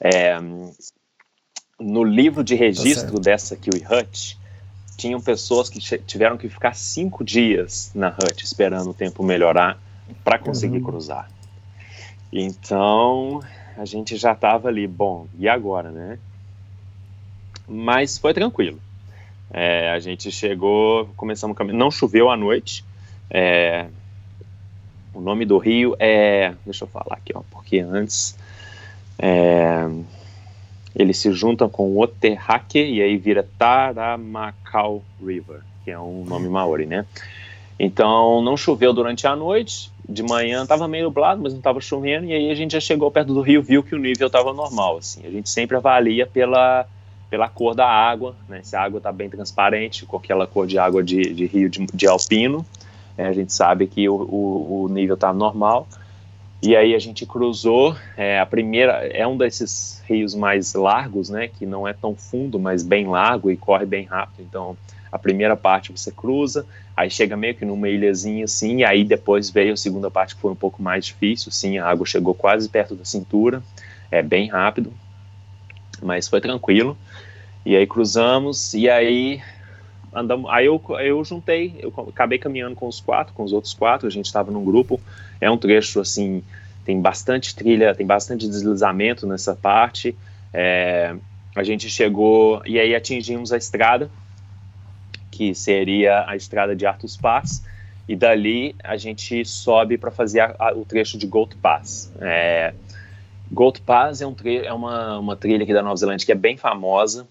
No livro de registro dessa Kiwi Hut, tinham pessoas que tiveram que ficar 5 dias na hut esperando o tempo melhorar para conseguir cruzar. Então, a gente já estava ali, bom, e agora, né? Mas foi tranquilo. A gente chegou, começamos a caminhar, não choveu à noite. O nome do rio deixa eu falar aqui, porque antes eles se juntam com o Oterhake e aí vira Taramacau River, que é um nome maori, né? Então, não choveu durante a noite, de manhã estava meio nublado, mas não estava chovendo, e aí a gente já chegou perto do rio, viu que o nível estava normal, assim. A gente sempre avalia pela cor da água, né? Se a água está bem transparente, com aquela cor de água de rio de alpino, a gente sabe que o nível está normal. E aí a gente cruzou, a primeira, é um desses rios mais largos, né, que não é tão fundo, mas bem largo e corre bem rápido. Então, a primeira parte você cruza, aí chega meio que numa ilhazinha assim, e aí depois veio a segunda parte que foi um pouco mais difícil, sim, a água chegou quase perto da cintura, bem rápido, mas foi tranquilo. E aí cruzamos, e aí andamos, aí eu acabei caminhando com os outros 4, a gente estava num grupo, é um trecho assim, tem bastante trilha, tem bastante deslizamento nessa parte, a gente chegou, e aí atingimos a estrada, que seria a estrada de Arthur's Pass, e dali a gente sobe para fazer o trecho de Goat Pass. Goat Pass é uma trilha aqui da Nova Zelândia que é bem famosa.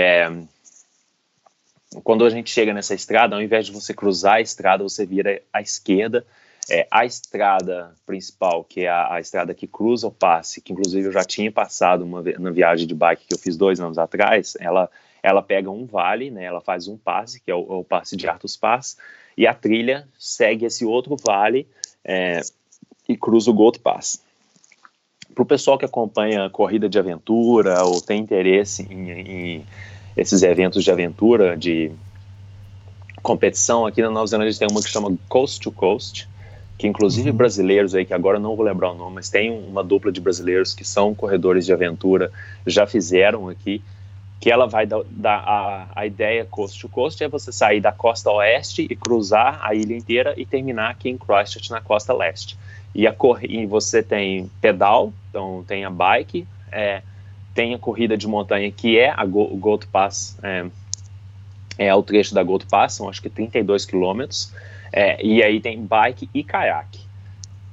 Quando a gente chega nessa estrada, ao invés de você cruzar a estrada, você vira à esquerda. A estrada principal, que é a estrada que cruza o passe, que inclusive eu já tinha passado na viagem de bike que eu fiz 2 anos atrás, ela pega um vale, né, ela faz um passe, que é o passe de Arthur's Pass, e a trilha segue esse outro vale e cruza o Goat Pass. Para o pessoal que acompanha corrida de aventura ou tem interesse em esses eventos de aventura, de competição, aqui na Nova Zelândia tem uma que chama Coast to Coast, que inclusive brasileiros aí, que agora eu não vou lembrar o nome, mas tem uma dupla de brasileiros que são corredores de aventura, já fizeram aqui, que ela vai dar a ideia Coast to Coast é você sair da costa oeste e cruzar a ilha inteira e terminar aqui em Christchurch, na costa leste. E você tem pedal, então tem a bike, tem a corrida de montanha, que é o Goat Pass, o trecho da Goat Pass, são acho que 32 quilômetros, e aí tem bike e caiaque.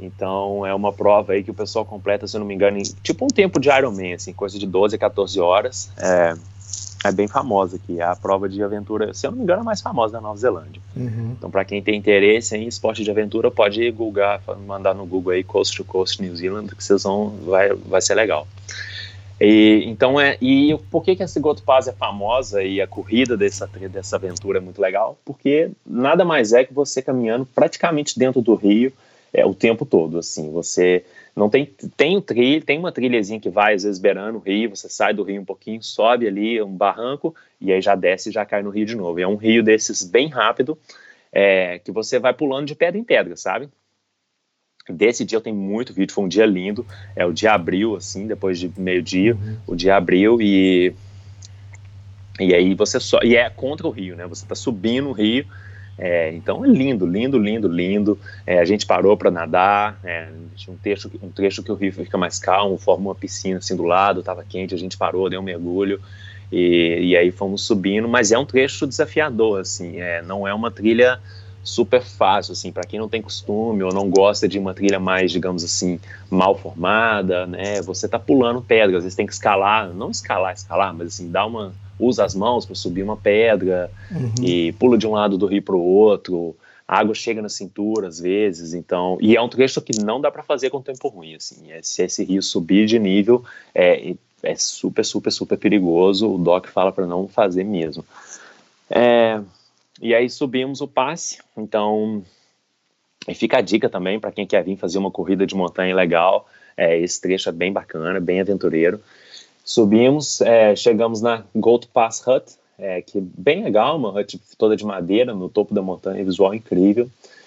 Então é uma prova aí que o pessoal completa, se eu não me engano, em tipo um tempo de Ironman, assim, coisa de 12 a 14 horas. É bem famosa aqui, a prova de aventura, se eu não me engano, é a mais famosa da Nova Zelândia. Então, para quem tem interesse em esporte de aventura, pode googar, mandar no Google aí Coast to Coast New Zealand, que vocês vai ser legal. E por que essa Gold Pass é famosa e a corrida dessa aventura é muito legal? Porque nada mais é que você caminhando praticamente dentro do rio o tempo todo, assim, você não tem uma trilhazinha que vai às vezes beirando o rio, você sai do rio um pouquinho, sobe ali um barranco e aí já desce e já cai no rio de novo. E é um rio desses bem rápido, que você vai pulando de pedra em pedra, sabe? Desse dia eu tenho muito vídeo, foi um dia lindo, o dia abriu, assim, depois de meio-dia, o dia abriu e aí e é contra o rio, né? Você tá subindo o rio. Então é lindo, lindo, lindo, lindo. A gente parou para nadar, tinha um trecho que o rio fica mais calmo, forma uma piscina assim do lado, estava quente, a gente parou, deu um mergulho e aí fomos subindo, mas é um trecho desafiador, assim, não é uma trilha super fácil, assim, para quem não tem costume ou não gosta de uma trilha mais, digamos assim, mal formada, né? Você tá pulando pedras, às vezes tem que escalar, não escalar, mas assim, usa as mãos para subir uma pedra e pula de um lado do rio para o outro, a água chega na cintura às vezes, então, e é um trecho que não dá para fazer com tempo ruim, assim, se esse rio subir de nível, é super, super, super perigoso, o Doc fala para não fazer mesmo. E aí subimos o passe, então, e fica a dica também para quem quer vir fazer uma corrida de montanha legal, esse trecho é bem bacana, bem aventureiro. Subimos, chegamos na Gold Pass Hut, que é bem legal, uma hut toda de madeira no topo da montanha, visual incrível.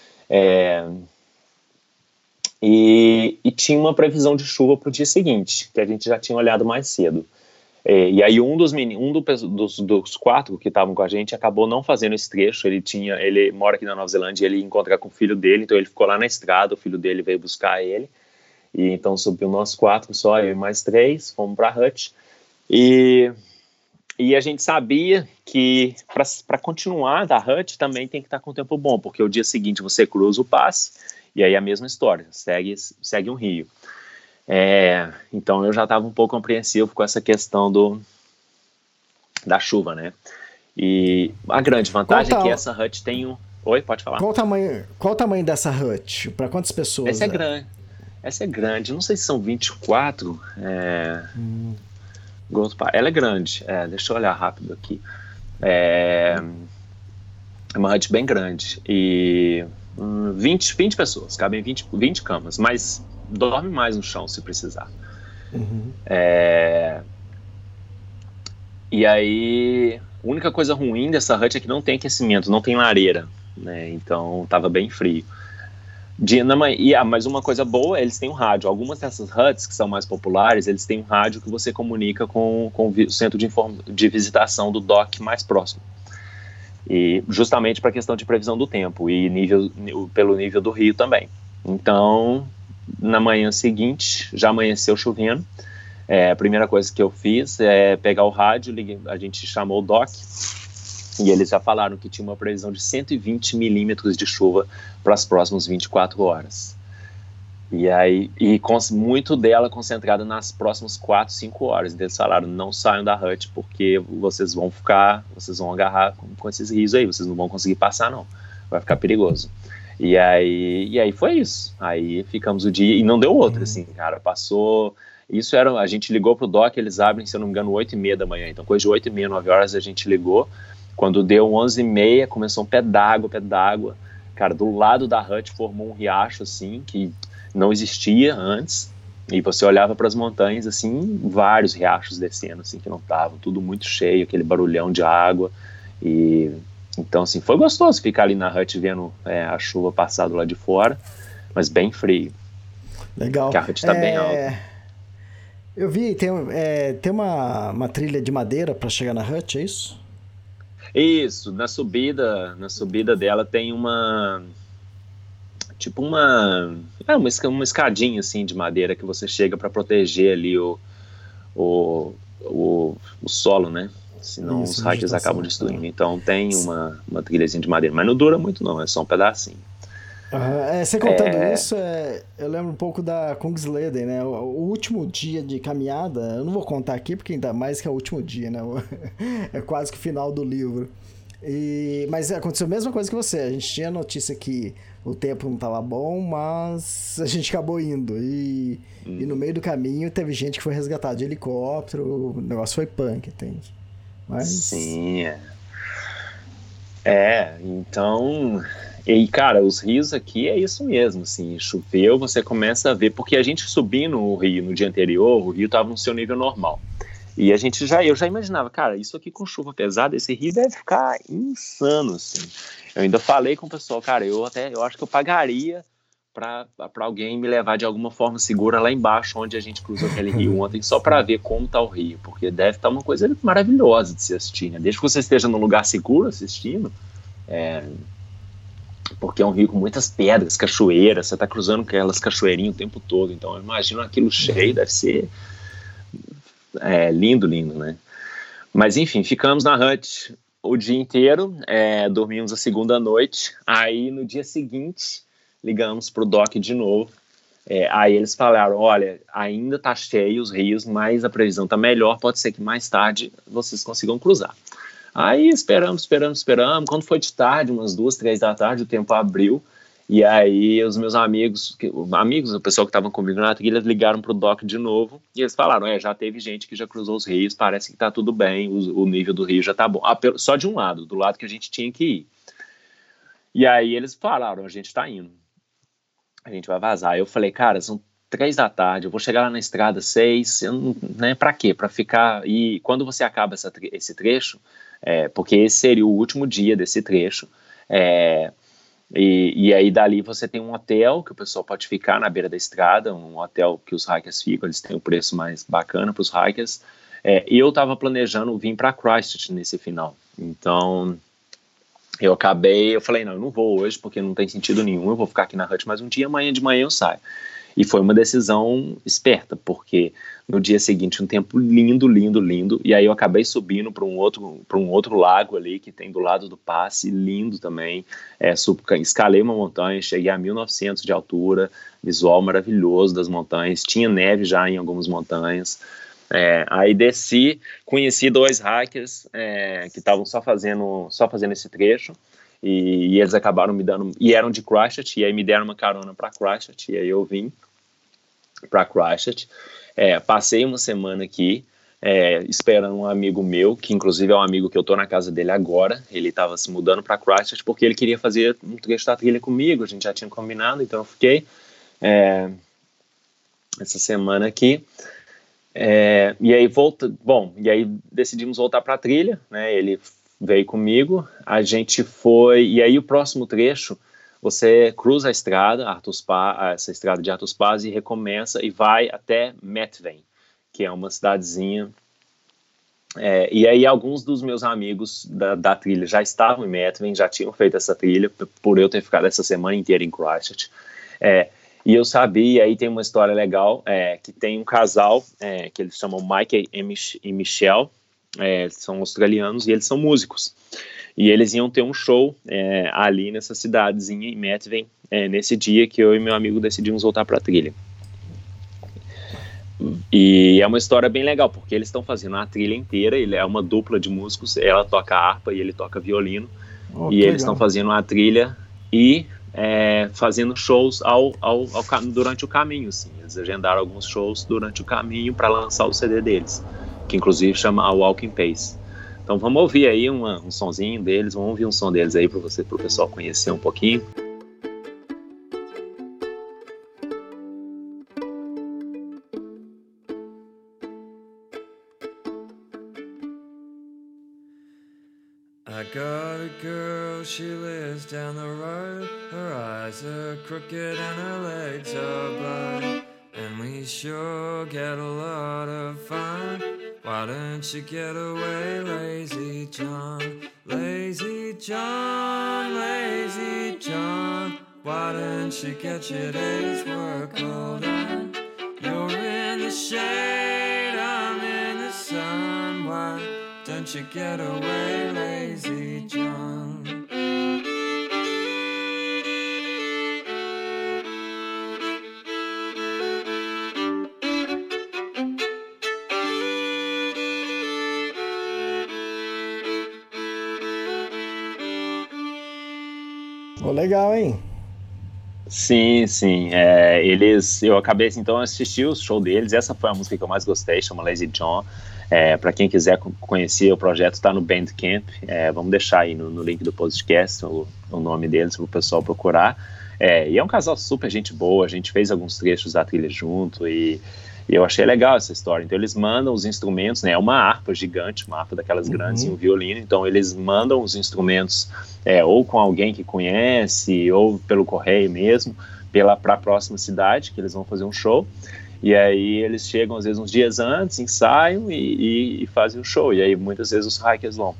E tinha uma previsão de chuva para o dia seguinte, que a gente já tinha olhado mais cedo. E aí um dos 4 que estavam com a gente acabou não fazendo esse trecho, ele mora aqui na Nova Zelândia, ele ia encontrar com o filho dele, então ele ficou lá na estrada, o filho dele veio buscar ele. E então subiu nós 4 só, eu e mais 3, fomos para a hut. E a gente sabia que para continuar da hut também tem que estar com o tempo bom, porque o dia seguinte você cruza o passe, e aí a mesma história, segue um rio. Então eu já estava um pouco apreensivo com essa questão da chuva, né? E a grande vantagem é que essa hut tem um... Oi, pode falar. Qual o tamanho dessa hut? Para quantas pessoas? Essa é grande. Essa é grande, não sei se são 24. Ela é grande, deixa eu olhar rápido aqui. É uma hut bem grande. E 20 pessoas, cabem 20 camas, mas dorme mais no chão se precisar. E aí, a única coisa ruim dessa hut é que não tem aquecimento, não tem lareira, né? Então tava bem frio. Mas uma coisa boa, eles têm um rádio. Algumas dessas huts que são mais populares, eles têm um rádio que você comunica com o centro de visitação do DOC mais próximo. E justamente para a questão de previsão do tempo e pelo nível do rio também. Então, na manhã seguinte, já amanheceu chovendo. A primeira coisa que eu fiz é pegar o rádio, a gente chamou o DOC. E eles já falaram que tinha uma previsão de 120 milímetros de chuva para as próximas 24 horas. Muito dela concentrada nas próximas 4, 5 horas. Então eles falaram, não saiam da hut porque vocês vão agarrar com esses rios aí, vocês não vão conseguir passar não, vai ficar perigoso. E aí foi isso. Aí ficamos o dia, e não deu outro, assim, cara, passou... a gente ligou pro DOC, eles abrem, se eu não me engano, 8h30 da manhã, então coisa de 8h30, 9 horas a gente ligou. Quando deu 11h30, começou um pé d'água. Cara, do lado da hut formou um riacho, assim, que não existia antes. E você olhava para as montanhas, assim, vários riachos descendo, assim, que não estavam. Tudo muito cheio, aquele barulhão de água. Então, assim, foi gostoso ficar ali na hut vendo a chuva passar do lado de fora. Mas bem frio. Legal. Porque a hut tá bem alta. Eu vi, tem uma trilha de madeira para chegar na hut, é isso? Isso, na subida dela tem uma escadinha assim de madeira que você chega para proteger ali o solo, né? Senão os hackers acabam destruindo. Então tem uma trilhazinha de madeira, mas não dura muito não, é só um pedacinho. Você contando isso, eu lembro um pouco da Kungsleden, né? O último dia de caminhada, eu não vou contar aqui, porque ainda mais que é o último dia, né? É quase que o final do livro. Mas aconteceu a mesma coisa que você. A gente tinha notícia que o tempo não estava bom, mas a gente acabou indo. E no meio do caminho teve gente que foi resgatada de helicóptero, o negócio foi punk, entende? Mas... Sim, então... E, cara, os rios aqui é isso mesmo, assim, choveu, você começa a ver, porque a gente subindo o rio no dia anterior, o rio estava no seu nível normal. E eu já imaginava, cara, isso aqui com chuva pesada, esse rio deve ficar insano, assim. Eu ainda falei com o pessoal, cara, eu acho que eu pagaria para alguém me levar de alguma forma segura lá embaixo, onde a gente cruzou aquele rio ontem, só para ver como tá o rio, porque deve estar uma coisa maravilhosa de se assistir, né? Desde que você esteja num lugar seguro assistindo, porque é um rio com muitas pedras, cachoeiras, você tá cruzando aquelas cachoeirinhas o tempo todo, então eu imagino aquilo cheio, deve ser lindo, né? Mas enfim, ficamos na hut o dia inteiro, dormimos a segunda noite, aí no dia seguinte ligamos pro Doc de novo, aí eles falaram, olha, ainda tá cheio os rios, mas a previsão tá melhor, pode ser que mais tarde vocês consigam cruzar. Aí esperamos, quando foi de tarde, umas 2, 3 da tarde, o tempo abriu, e aí os meus amigos, o pessoal que estavam comigo na trilha, ligaram pro Doc de novo, e eles falaram, já teve gente que já cruzou os rios, parece que tá tudo bem, o nível do rio já tá bom, só de um lado, do lado que a gente tinha que ir. E aí eles falaram, a gente tá indo, a gente vai vazar. Eu falei, cara, são 3 da tarde, eu vou chegar lá na estrada 6, né, pra quê? Pra ficar, e quando você acaba esse trecho, porque esse seria o último dia desse trecho, e aí dali você tem um hotel que o pessoal pode ficar na beira da estrada, um hotel que os hikers ficam, eles têm um preço mais bacana para os hikers, e eu estava planejando vir para Christchurch nesse final, então eu falei, não, eu não vou hoje porque não tem sentido nenhum, eu vou ficar aqui na hut mais um dia, amanhã de manhã eu saio. E foi uma decisão esperta, porque no dia seguinte um tempo lindo, e aí eu acabei subindo para um outro lago ali que tem do lado do passe, lindo também, escalei uma montanha, cheguei a 1900 de altura, visual maravilhoso das montanhas, tinha neve já em algumas montanhas, aí desci, conheci 2 hikers que estavam só fazendo esse trecho, e eles acabaram me dando, e eram de Christchurch, e aí me deram uma carona para Christchurch, e aí eu vim para Christchurch, passei uma semana aqui, esperando um amigo meu, que inclusive é um amigo que eu tô na casa dele agora, ele estava se mudando para Christchurch, porque ele queria fazer um trecho da trilha comigo, a gente já tinha combinado, então eu fiquei essa semana aqui, e aí decidimos voltar para a trilha, né, ele veio comigo, a gente foi, e aí o próximo trecho, você cruza a estrada, essa estrada de Arthur's Pass, e recomeça e vai até Methven, que é uma cidadezinha, e aí alguns dos meus amigos da trilha já estavam em Methven, já tinham feito essa trilha, por eu ter ficado essa semana inteira em Christchurch, e eu sabia, e aí tem uma história legal, que tem um casal, que eles chamam Mike e Michelle, são australianos e eles são músicos, e eles iam ter um show ali nessa cidadezinha em Methven, nesse dia que eu e meu amigo decidimos voltar para a trilha. E é uma história bem legal, porque eles estão fazendo a trilha inteira, ele é uma dupla de músicos, ela toca harpa e ele toca violino, e eles estão fazendo a trilha e fazendo shows durante o caminho, assim. Eles agendaram alguns shows durante o caminho para lançar o CD deles, que inclusive chama A Walking Pace. Então vamos ouvir aí um sonzinho deles, vamos ouvir um som deles aí para o pessoal conhecer um pouquinho. I got a girl, she lives down the road. Her eyes are crooked and her legs are blind, and we sure get a lot of fun. Why don't you get away, lazy John? Lazy John, lazy John. Why don't you get your day's work all done? You're in the shade, I'm in the sun. Why don't you get away, lazy John? legal, hein? Sim. Eu acabei, então, assisti o show deles. Essa foi a música que eu mais gostei, chama Lazy John. Para quem quiser conhecer o projeto, está no Bandcamp. Vamos deixar aí no link do podcast o nome deles para o pessoal procurar. E é um casal super gente boa. A gente fez alguns trechos da trilha junto e eu achei legal essa história. Então eles mandam os instrumentos, né? É uma harpa gigante, uma harpa daquelas grandes, e um violino. Então eles mandam os instrumentos ou com alguém que conhece, ou pelo correio mesmo, para a próxima cidade, que eles vão fazer um show. E aí eles chegam às vezes uns dias antes, ensaiam e fazem o show. E aí muitas vezes os hikers vão.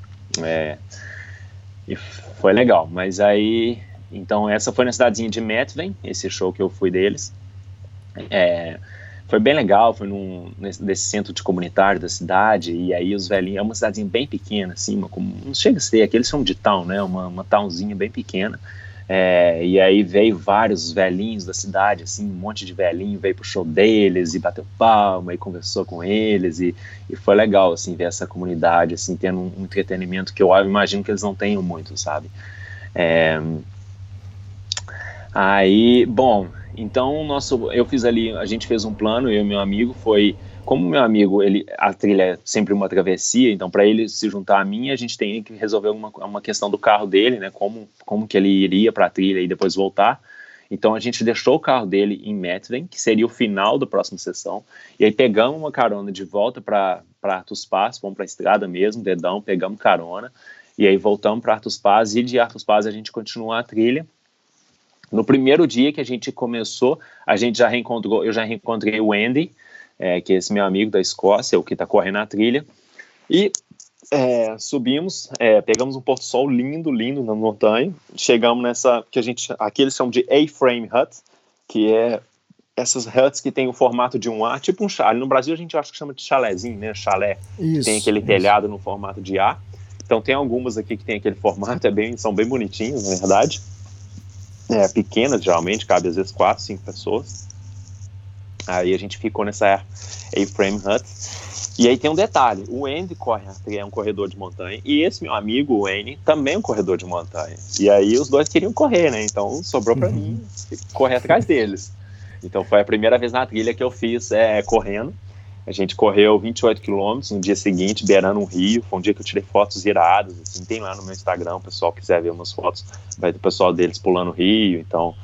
E foi legal. Mas aí, então essa foi na cidadezinha de Methven, esse show que eu fui deles. Foi bem legal, foi nesse centro de comunitário da cidade, e aí os velhinhos, é uma cidadezinha bem pequena, assim, não chega a ser, aqui eles são de town, né, uma townzinha bem pequena, e aí veio vários velhinhos da cidade, assim, um monte de velhinho veio pro show deles, e bateu palma, e conversou com eles, e foi legal, assim, ver essa comunidade, assim, tendo um entretenimento que eu imagino que eles não tenham muito, sabe. Aí, bom... Então, eu fiz ali, a gente fez um plano, eu e meu amigo, como meu amigo, a trilha é sempre uma travessia, então para ele se juntar a mim, a gente tem que resolver uma questão do carro dele, né, como que ele iria para a trilha e depois voltar. Então a gente deixou o carro dele em Methven, que seria o final da próxima sessão, e aí pegamos uma carona de volta para Arthur's Pass, fomos para a estrada mesmo, dedão, pegamos carona, e aí voltamos para Arthur's Pass, e de Arthur's Pass a gente continuou a trilha. No primeiro dia que a gente começou, eu já reencontrei o Andy, que é esse meu amigo da Escócia, o que está correndo a trilha, e subimos, pegamos um pôr do sol lindo na montanha, chegamos nessa, aqui eles chamam de A-frame hut, que é essas huts que tem o formato de um A, tipo um chalé. No Brasil a gente acha que chama de chalézinho, né, chalé, tem aquele telhado no formato de A, então tem algumas aqui que tem aquele formato, são bem bonitinhos, na verdade. Pequenas, geralmente, cabe às vezes 4, 5 pessoas. Aí a gente ficou nessa A-frame hut. E aí tem um detalhe, o Andy é um corredor de montanha, e esse meu amigo, o Annie, também é um corredor de montanha. E aí os dois queriam correr, né? Então sobrou pra mim correr atrás deles. Então foi a primeira vez na trilha que eu fiz correndo. A gente correu 28 quilômetros no dia seguinte, beirando um rio. Foi um dia que eu tirei fotos iradas, assim, tem lá no meu Instagram, o pessoal quiser ver umas fotos, vai ter o pessoal deles pulando o rio, então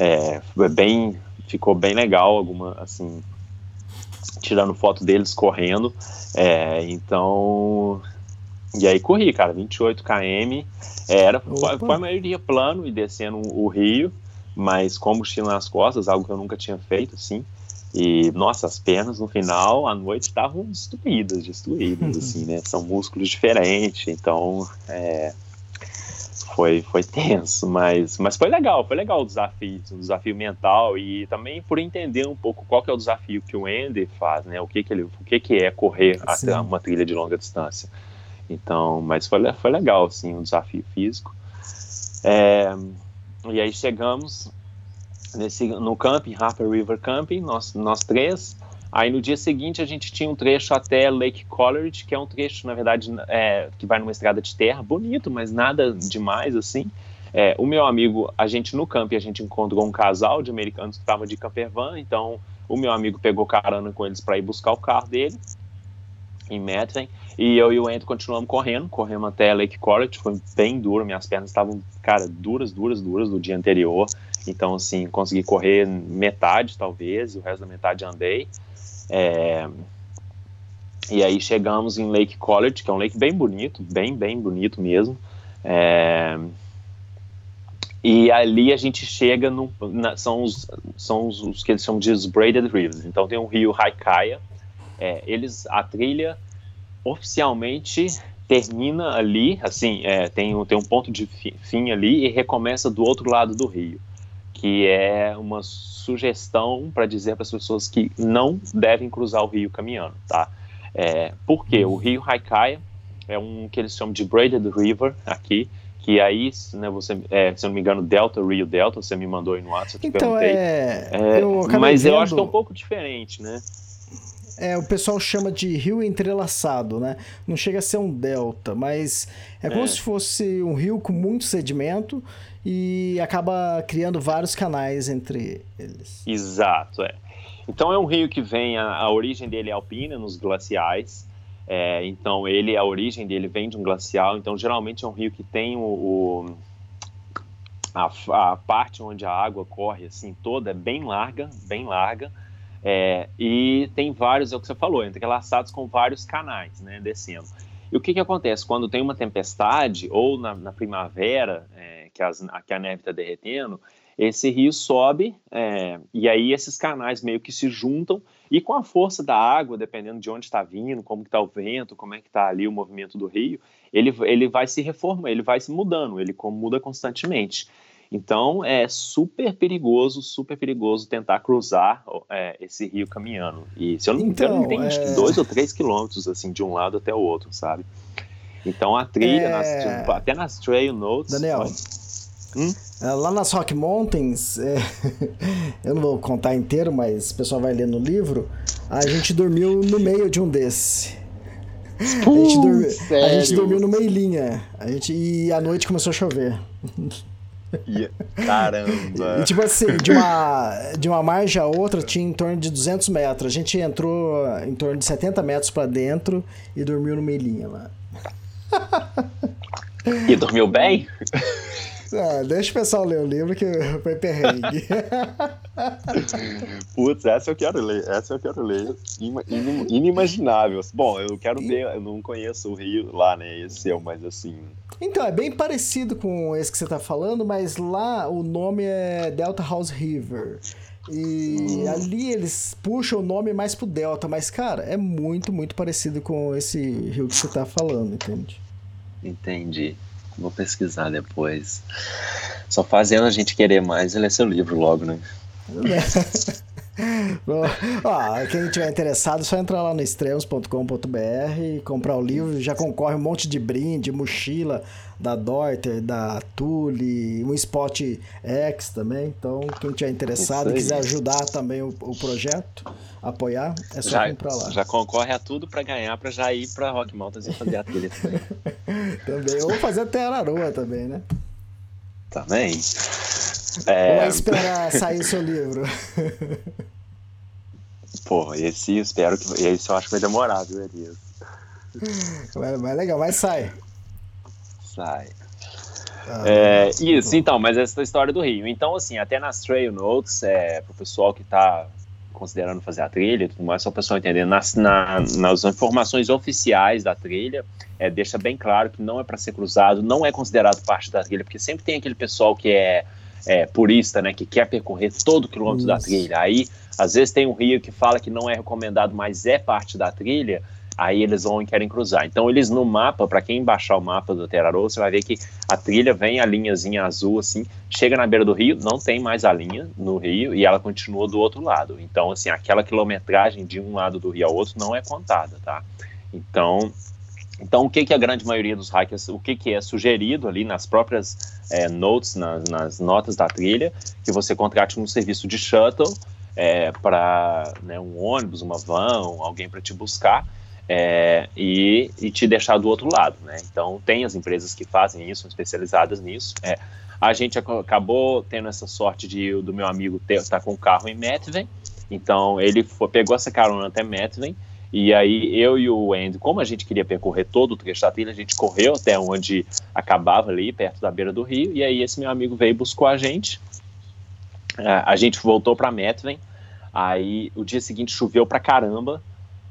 ficou bem legal, assim, tirando foto deles correndo, então, e aí corri, cara, 28 km, foi a maioria plano e descendo o rio, mas com mochila nas costas, algo que eu nunca tinha feito, assim. E, nossa, as pernas no final, à noite, estavam destruídas, assim, né? São músculos diferentes, então foi tenso, mas foi legal o desafio, um desafio mental, e também por entender um pouco qual que é o desafio que o Andy faz, né? O que é correr até uma trilha de longa distância. Então, mas foi legal, assim, um desafio físico. E aí chegamos no camping, Harper River Camping, nós três. Aí no dia seguinte a gente tinha um trecho até Lake Coleridge, que é um trecho, na verdade, que vai numa estrada de terra, bonito, mas nada demais, assim. O meu amigo, no camping, a gente encontrou um casal de americanos que estavam de camper van, então o meu amigo pegou carona com eles para ir buscar o carro dele, em Methven, e eu e o Andy continuamos corremos até Lake Coleridge, foi bem duro, minhas pernas estavam, cara, duras do dia anterior, então, assim, consegui correr metade, talvez, e o resto da metade andei. E aí chegamos em Lake Coleridge, que é um lake bem bonito, bem bonito mesmo. E ali a gente chega, são os que eles chamam de Braided Rivers. Então tem o rio Haikaya. A trilha oficialmente termina ali, assim, tem um ponto de fim ali e recomeça do outro lado do rio, que é uma sugestão para dizer para as pessoas que não devem cruzar o rio caminhando, tá? Porque o rio Haikaya é um que eles chamam de Braided River aqui, que aí, né, se eu não me engano, Rio Delta, você me mandou aí no WhatsApp, eu te perguntei. Eu mas vendo... eu acho que é um pouco diferente, né? o pessoal chama de rio entrelaçado, né? Não chega a ser um delta, mas é como se fosse um rio com muito sedimento e acaba criando vários canais entre eles. Exato, Então é um rio que vem, a origem dele é alpina, nos glaciais. Então a origem dele vem de um glacial. Então geralmente é um rio que tem a parte onde a água corre assim toda é bem larga. E tem vários, é o que você falou, entrelaçados com vários canais, né, descendo. E o que acontece? Quando tem uma tempestade, ou na primavera, que a neve está derretendo, esse rio sobe, e aí esses canais meio que se juntam, e com a força da água, dependendo de onde está vindo, como que está o vento, como é que está ali o movimento do rio, ele vai se reformando, ele vai se mudando, ele muda constantemente. Então, é super perigoso tentar cruzar esse rio caminhando. E, se eu não me engano, tem acho que 2 ou 3 quilômetros, assim, de um lado até o outro, sabe? Então, a trilha, até nas trail notes... Daniel, lá nas Rocky Mountains, eu não vou contar inteiro, mas o pessoal vai ler no livro, a gente dormiu no meio de um desse. A gente dormiu no meio linha. E à noite começou a chover. Caramba! E tipo assim, de uma margem a outra tinha em torno de 200 metros. A gente entrou em torno de 70 metros pra dentro e dormiu no meio linha lá. E dormiu bem? Deixa o pessoal ler o livro que foi perrengue. Putz, essa eu quero ler. Inimaginável. Bom, eu quero ver, eu não conheço o rio lá, né, esse seu, mas assim... Então, é bem parecido com esse que você tá falando, mas lá o nome é Delta House River. E ali eles puxam o nome mais pro Delta, mas, cara, é muito, muito parecido com esse rio que você tá falando, entende? Entendi. Vou pesquisar depois. Só fazendo a gente querer mais e ler seu livro logo, né? Quem estiver interessado, é só entrar lá no extremos.com.br e comprar o livro. Já concorre um monte de brinde, mochila da Dorter, da Thule, um Spot X também. Então, quem estiver interessado e quiser ajudar também o projeto, apoiar, é só comprar lá. Já concorre a tudo para ganhar, para já ir para Rocky Mountains e fazer a trilha também. Também, ou fazer até Araruá também, né? Também. Ou esperar sair o seu livro. Pô, esse eu espero que... Esse eu acho que vai demorar, viu, Elias? Mas legal, mas sai. Isso, então, mas essa é a história do Rio. Então, assim, até nas trail notes, pro pessoal que tá considerando fazer a trilha e tudo mais, só o pessoal entender, nas informações oficiais da trilha, deixa bem claro que não é para ser cruzado, não é considerado parte da trilha, porque sempre tem aquele pessoal que é purista, né, que quer percorrer todo o quilômetro da trilha. Aí, às vezes tem um rio que fala que não é recomendado, mas é parte da trilha, aí eles vão e querem cruzar. Então, eles no mapa, para quem baixar o mapa do Teraroa, você vai ver que a trilha vem a linhazinha azul, assim, chega na beira do rio, não tem mais a linha no rio, e ela continua do outro lado. Então, assim, aquela quilometragem de um lado do rio ao outro não é contada, tá? Então o que a grande maioria dos hikers, o que é sugerido ali nas próprias notes, nas notas da trilha, que você contrate um serviço de shuttle para, né, um ônibus, uma van, alguém para te buscar e te deixar do outro lado, né? Então tem as empresas que fazem isso, são especializadas nisso. A gente acabou tendo essa sorte do meu amigo estar com o carro em Methven, então ele pegou essa carona até Methven. E aí eu e o Andy, como a gente queria percorrer todo o trecho da trilha, a gente correu até onde acabava ali, perto da beira do rio, e aí esse meu amigo veio e buscou a gente. A gente voltou para Methven, aí o dia seguinte choveu pra caramba.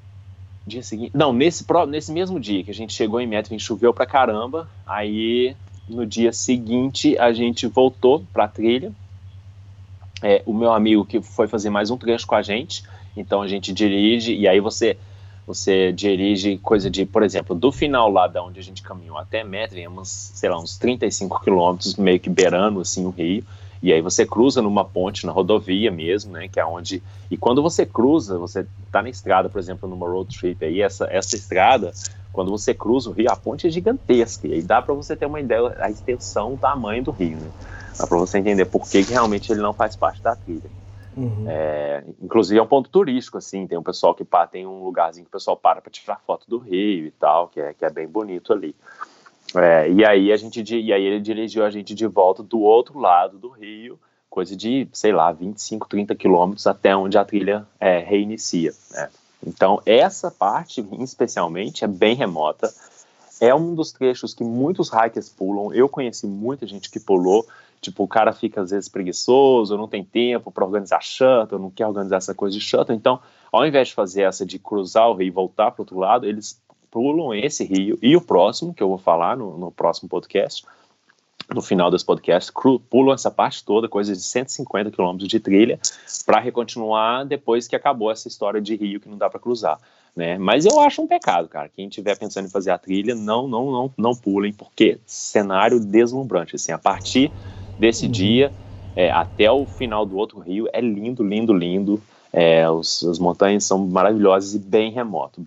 Nesse mesmo dia que a gente chegou em Methven, choveu pra caramba, aí no dia seguinte a gente voltou pra trilha. O meu amigo que foi fazer mais um trecho com a gente, então a gente dirige, e aí você dirige coisa de, por exemplo, do final lá da onde a gente caminhou até Methven, uns 35 quilômetros, meio que beirando assim o rio, e aí você cruza numa ponte, na rodovia mesmo, né, que é onde, e quando você cruza, você tá na estrada, por exemplo, numa road trip, aí essa estrada, quando você cruza o rio, a ponte é gigantesca, e aí dá para você ter uma ideia da extensão, o tamanho do rio, né, dá para você entender por que realmente ele não faz parte da trilha. Inclusive é um ponto turístico, assim, tem um pessoal que tem um lugarzinho que o pessoal para tirar foto do rio e tal, que é bem bonito ali. E aí ele dirigiu a gente de volta do outro lado do rio, coisa de, sei lá, 25, 30 quilômetros até onde a trilha reinicia, né? Então essa parte, especialmente, é bem remota. É um dos trechos que muitos hikers pulam. Eu conheci muita gente que pulou. Tipo, o cara fica às vezes preguiçoso, não tem tempo para organizar shuttle, não quer organizar essa coisa de shuttle. Então, ao invés de fazer essa de cruzar o rio e voltar para o outro lado, eles pulam esse rio e o próximo, que eu vou falar no próximo podcast, no final desse podcast, pulam essa parte toda, coisa de 150 quilômetros de trilha, para recontinuar depois que acabou essa história de rio que não dá para cruzar, né? Mas eu acho um pecado, cara. Quem estiver pensando em fazer a trilha, não pulem, porque cenário deslumbrante, assim, a partir desse dia até o final do outro rio é lindo, lindo, lindo. As montanhas são maravilhosas e bem remoto.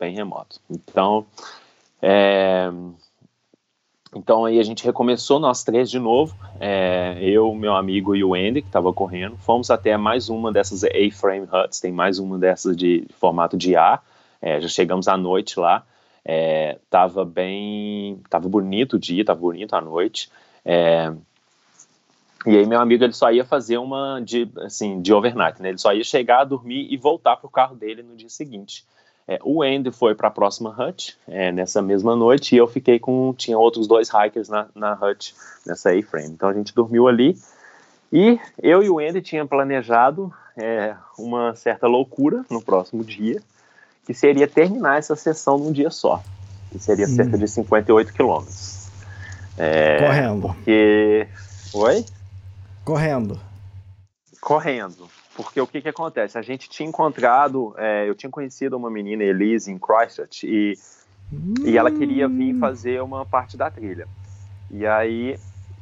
Então aí a gente recomeçou nós três de novo, eu, meu amigo e o Andy, que estava correndo. Fomos até mais uma dessas A-frame huts, tem mais uma dessas de formato de A. Já chegamos à noite lá, tava bonito o dia, tava bonito a noite. E aí meu amigo, ele só ia fazer uma de overnight, né? Ele só ia chegar, dormir e voltar pro carro dele no dia seguinte. O Andy foi para a próxima hut nessa mesma noite, e eu fiquei tinha outros 2 hikers na hut, nessa A-frame. Então a gente dormiu ali, e eu e o Andy tinha planejado uma certa loucura no próximo dia, que seria terminar essa sessão num dia só, que seria cerca de 58 quilômetros. Correndo. Porque... Oi? Correndo. Porque o que acontece? A gente tinha encontrado, eu tinha conhecido uma menina, Elise, em Christchurch, e ela queria vir fazer uma parte da trilha. E aí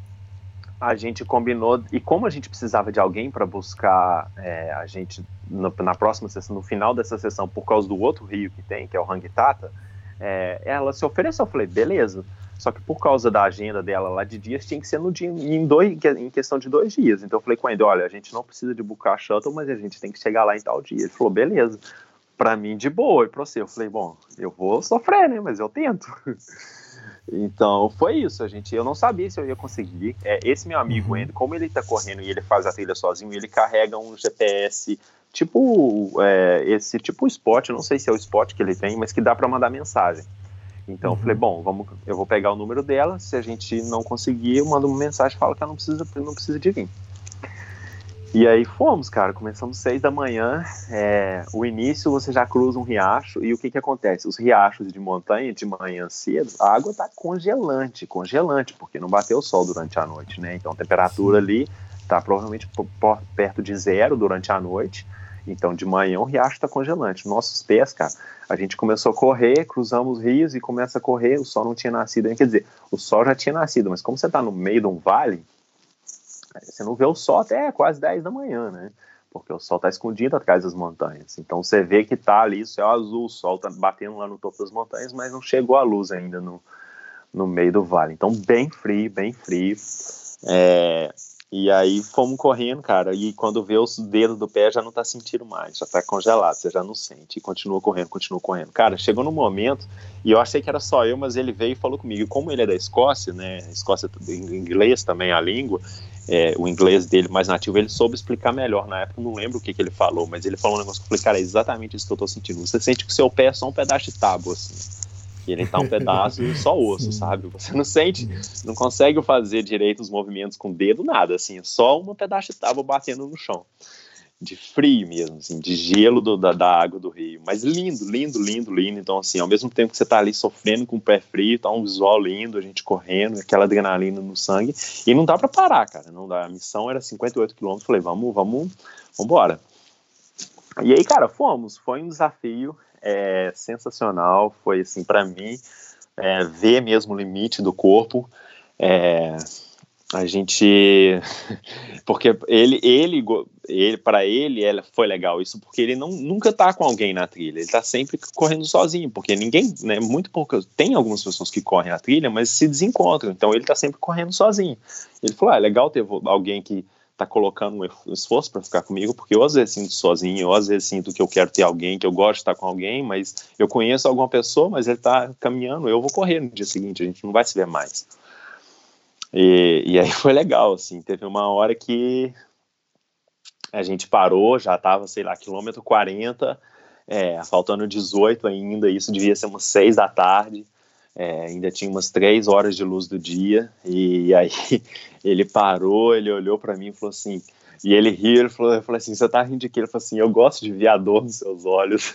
a gente combinou, e como a gente precisava de alguém para buscar a gente na próxima sessão, no final dessa sessão, por causa do outro rio que tem, que é o Rangitata, ela se ofereceu. Eu falei, beleza. Só que por causa da agenda dela lá de dias, tinha que ser no dia, em questão de 2 dias. Então eu falei com ele, olha, a gente não precisa de buscar shuttle, mas a gente tem que chegar lá em tal dia. Ele falou, beleza. Pra mim, de boa. E pra você? Eu falei, bom, eu vou sofrer, né? Mas eu tento. Então foi isso, eu não sabia se eu ia conseguir. Esse meu amigo, Andy, como ele tá correndo e ele faz a trilha sozinho, ele carrega um GPS, esse tipo Spot, eu não sei se é o Spot que ele tem, mas que dá pra mandar mensagem. Então eu falei, bom, eu vou pegar o número dela, se a gente não conseguir, eu mando uma mensagem e falo que ela não precisa de vir. E aí fomos, cara, começamos 6 da manhã, o início você já cruza um riacho, e o que acontece? Os riachos de montanha, de manhã cedo, a água tá congelante, porque não bateu o sol durante a noite, né? Então a temperatura ali tá provavelmente perto de 0 durante a noite. Então, de manhã, o riacho está congelante. Nossos pés, cara, a gente começou a correr, cruzamos os rios e começa a correr, o sol não tinha nascido ainda. Quer dizer, o sol já tinha nascido, mas como você está no meio de um vale, você não vê o sol até quase 10 da manhã, né? Porque o sol está escondido atrás das montanhas. Então, você vê que está ali, o céu azul, o sol está batendo lá no topo das montanhas, mas não chegou a luz ainda no meio do vale. Então, bem frio, bem frio. E aí fomos correndo, cara, e quando vê os dedos do pé já não tá sentindo mais, já tá congelado, você já não sente, e continua correndo. Cara, chegou num momento, e eu achei que era só eu, mas ele veio e falou comigo, e como ele é da Escócia, né, Escócia, inglês também a língua, o inglês dele mais nativo, ele soube explicar melhor, na época eu não lembro o que ele falou, mas ele falou um negócio que eu falei, cara, é exatamente isso que eu tô sentindo, você sente que o seu pé é só um pedaço de tábua, assim, que ele tá um pedaço e só osso, sabe? Você não sente, não consegue fazer direito os movimentos com o dedo, nada, assim, só um pedaço de tábua batendo no chão. De frio mesmo, assim, de gelo da água do rio. Mas lindo, lindo, lindo, lindo. Então, assim, ao mesmo tempo que você tá ali sofrendo com o pé frio, tá um visual lindo, a gente correndo, aquela adrenalina no sangue. E não dá pra parar, cara, não dá. A missão era 58 quilômetros, falei, vamos embora. E aí, cara, foi um desafio sensacional, foi assim, pra mim, ver mesmo o limite do corpo, a gente, porque ele para ele foi legal isso, porque ele nunca tá com alguém na trilha, ele tá sempre correndo sozinho, porque ninguém, né, muito pouco, tem algumas pessoas que correm a trilha, mas se desencontram, então ele tá sempre correndo sozinho. Ele falou, é legal ter alguém que tá colocando um esforço para ficar comigo, porque eu às vezes sinto sozinho, eu às vezes sinto que eu quero ter alguém, que eu gosto de estar com alguém, mas eu conheço alguma pessoa, mas ele tá caminhando, eu vou correr no dia seguinte, a gente não vai se ver mais. E aí foi legal, assim, teve uma hora que a gente parou, já tava, sei lá, quilômetro 40, faltando 18 ainda, isso devia ser umas 6 da tarde, ainda tinha umas 3 horas de luz do dia, e aí ele parou, ele olhou pra mim e falou assim, e ele riu, eu falei assim, você tá rindo de quê? Ele falou assim, eu gosto de ver a dor nos seus olhos.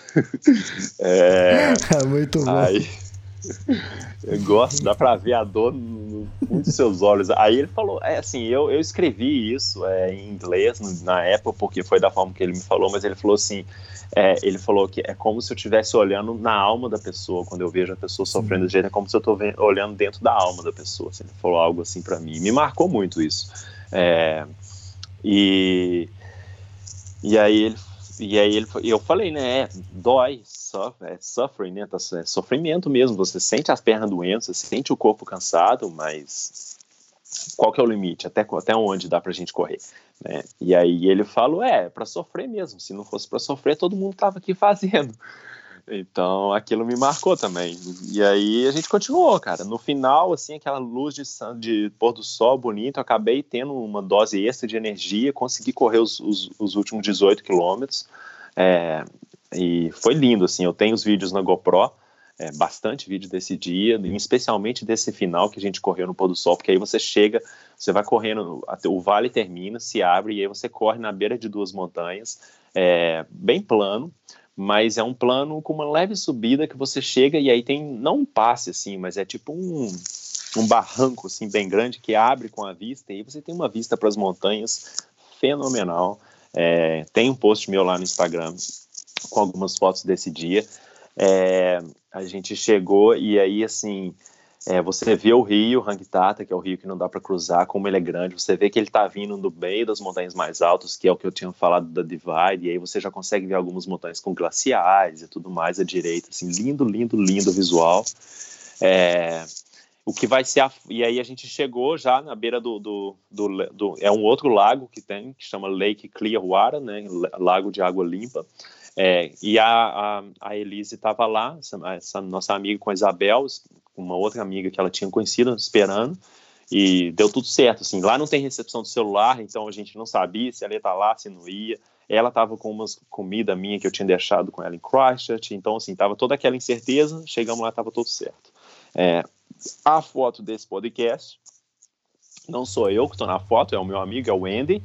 Muito bom. Aí, eu gosto, dá pra ver a dor no fundo dos seus olhos. Aí ele falou, assim, eu escrevi isso em inglês na época, porque foi da forma que ele me falou, mas ele falou assim, ele falou que é como se eu estivesse olhando na alma da pessoa, quando eu vejo a pessoa sofrendo desse jeito, é como se eu tô olhando dentro da alma da pessoa, assim, ele falou algo assim pra mim, me marcou muito isso. E aí eu falei, né, dói, suffering, né, é sofrimento mesmo, você sente as pernas doendo, você sente o corpo cansado, mas qual que é o limite, até onde dá pra gente correr, né? E aí ele falou, pra sofrer mesmo, se não fosse pra sofrer, todo mundo tava aqui fazendo. Então aquilo me marcou também. E aí a gente continuou, cara. No final, assim, aquela luz de pôr do sol bonito, eu acabei tendo uma dose extra de energia, consegui correr os últimos 18 quilômetros. E foi lindo, assim. Eu tenho os vídeos na GoPro, bastante vídeo desse dia, especialmente desse final que a gente correu no pôr do sol, porque aí você chega, você vai correndo, o vale termina, se abre, e aí você corre na beira de 2 montanhas, bem plano, mas é um plano com uma leve subida que você chega e aí tem, não um passe assim, mas é tipo um barranco assim bem grande que abre com a vista e aí você tem uma vista para as montanhas fenomenal. Tem um post meu lá no Instagram com algumas fotos desse dia. A gente chegou e aí assim, você vê o rio Rangitata, que é o rio que não dá para cruzar, como ele é grande, você vê que ele está vindo do meio das montanhas mais altas, que é o que eu tinha falado da Divide, e aí você já consegue ver algumas montanhas com glaciais e tudo mais à direita, assim, lindo, lindo, lindo visual. O que vai ser e aí a gente chegou já na beira é um outro lago que chama Lake Clearwater, né, lago de água limpa. E a Elise estava lá, essa nossa amiga com a Isabel, uma outra amiga que ela tinha conhecido, esperando, e deu tudo certo, assim, lá não tem recepção do celular, então a gente não sabia se ela ia estar lá, se não ia, ela estava com umas comida minha que eu tinha deixado com ela em Christchurch, então assim, estava toda aquela incerteza, chegamos lá, estava tudo certo. A foto desse podcast, não sou eu que estou na foto, é o meu amigo, é o Andy,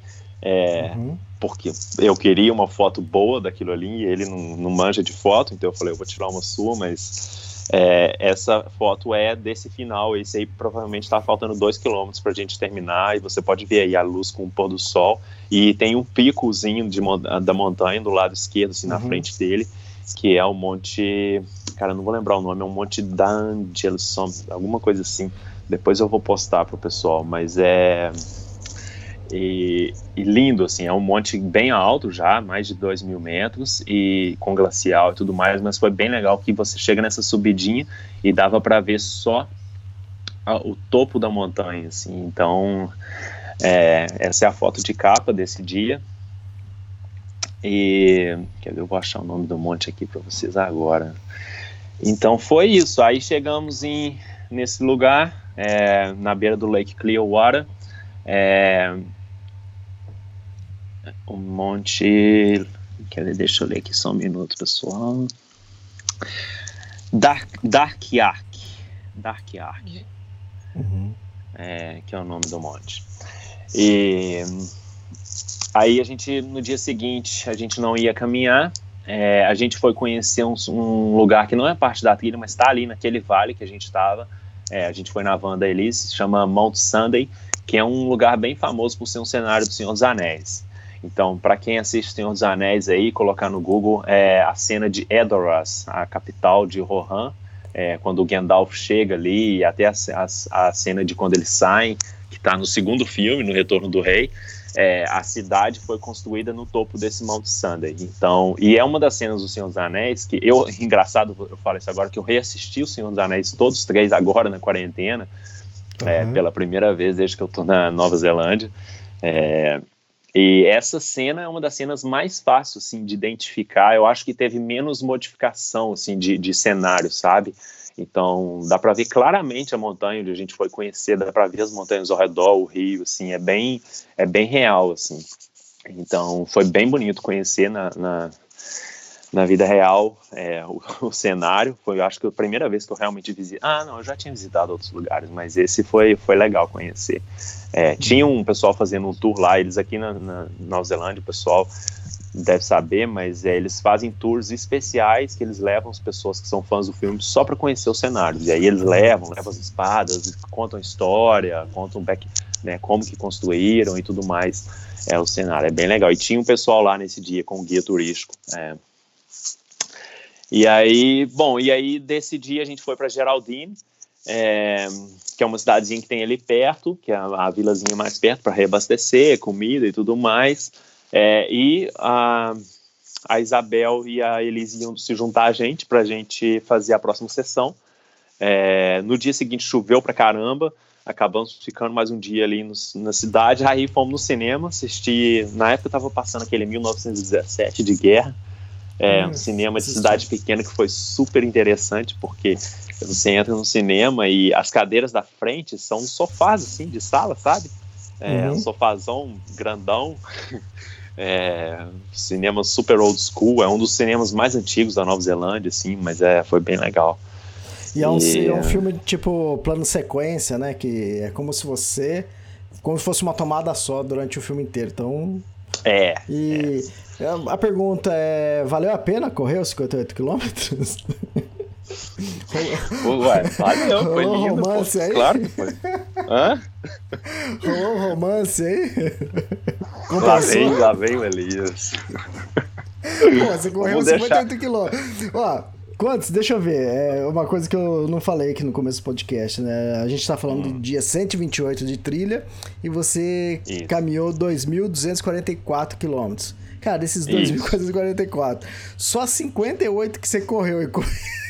porque eu queria uma foto boa daquilo ali, e ele não manja de foto, então eu falei, eu vou tirar uma sua, mas essa foto é desse final, esse aí provavelmente está faltando 2 quilômetros para a gente terminar, e você pode ver aí a luz com o pôr do sol, e tem um picozinho da montanha do lado esquerdo, assim, na frente dele, que é o monte, cara, não vou lembrar o nome, é um monte D'Angelson, alguma coisa assim, depois eu vou postar pro pessoal, mas e lindo, assim, é um monte bem alto já, mais de 2.000 metros, e com glacial e tudo mais, mas foi bem legal que você chega nessa subidinha e dava para ver só o topo da montanha, assim, então essa é a foto de capa desse dia, e quer ver, eu vou achar o nome do monte aqui para vocês agora. Então foi isso, aí chegamos nesse lugar, na beira do Lake Clearwater, um monte, deixa eu ler aqui só um minuto, pessoal. Dark Arc, que é o nome do monte. E aí no dia seguinte, a gente não ia caminhar, a gente foi conhecer um lugar que não é parte da trilha, mas está ali naquele vale que a gente estava. A gente foi na van da Elise, chama Mount Sunday, que é um lugar bem famoso por ser um cenário do Senhor dos Anéis. Então, para quem assiste Senhor dos Anéis aí, colocar no Google a cena de Edoras, a capital de Rohan, quando o Gandalf chega ali, e até a cena de quando eles saem, que está no segundo filme, no Retorno do Rei, a cidade foi construída no topo desse Mount Sunday. Então, e é uma das cenas do Senhor dos Anéis que engraçado, eu falo isso agora, que eu reassisti o Senhor dos Anéis todos 3 agora na quarentena, pela primeira vez desde que eu tô na Nova Zelândia, E essa cena é uma das cenas mais fáceis, assim, de identificar. Eu acho que teve menos modificação, assim, de cenário, sabe? Então, dá para ver claramente a montanha onde a gente foi conhecer, dá para ver as montanhas ao redor, o rio, assim, é bem real, assim. Então, foi bem bonito conhecer na vida real o cenário. Foi, acho que a primeira vez que eu realmente visitei. Não, eu já tinha visitado outros lugares, mas esse foi legal conhecer. Tinha um pessoal fazendo um tour lá, eles aqui na Nova Zelândia, o pessoal deve saber, mas eles fazem tours especiais que eles levam as pessoas que são fãs do filme só para conhecer os cenários. E aí eles levam as espadas, contam história, contam como que construíram e tudo mais. O cenário é bem legal. E tinha um pessoal lá nesse dia com um guia turístico. E aí desse dia a gente foi para Geraldine, que é uma cidadezinha que tem ali perto, que é a vilazinha mais perto, para reabastecer, comida e tudo mais. E a Isabel e a Elise iam se juntar a gente pra gente fazer a próxima sessão. No dia seguinte choveu pra caramba, acabamos ficando mais um dia ali na cidade. Aí fomos no cinema assistir. Na época eu tava passando aquele 1917 de guerra, um cinema de cidade pequena, que foi super interessante, porque você entra no cinema e as cadeiras da frente são sofás assim de sala, sabe? Um sofazão grandão. Cinema super old school, é um dos cinemas mais antigos da Nova Zelândia, assim, mas foi bem legal. E é um filme tipo plano sequência, né, que é como se fosse uma tomada só durante o filme inteiro, então... A pergunta é, valeu a pena correr os 58 quilômetros? Ué, valeu, foi lindo. Romance aí? Claro que foi. Rolou um romance aí? Lá vem o Elias. Você correu 58 quilômetros. Quantos? Deixa eu ver. Uma coisa que eu não falei aqui no começo do podcast, né? A gente tá falando do dia 128 de trilha e você caminhou 2.244 quilômetros. Cara, desses 2.444, só 58 que você correu e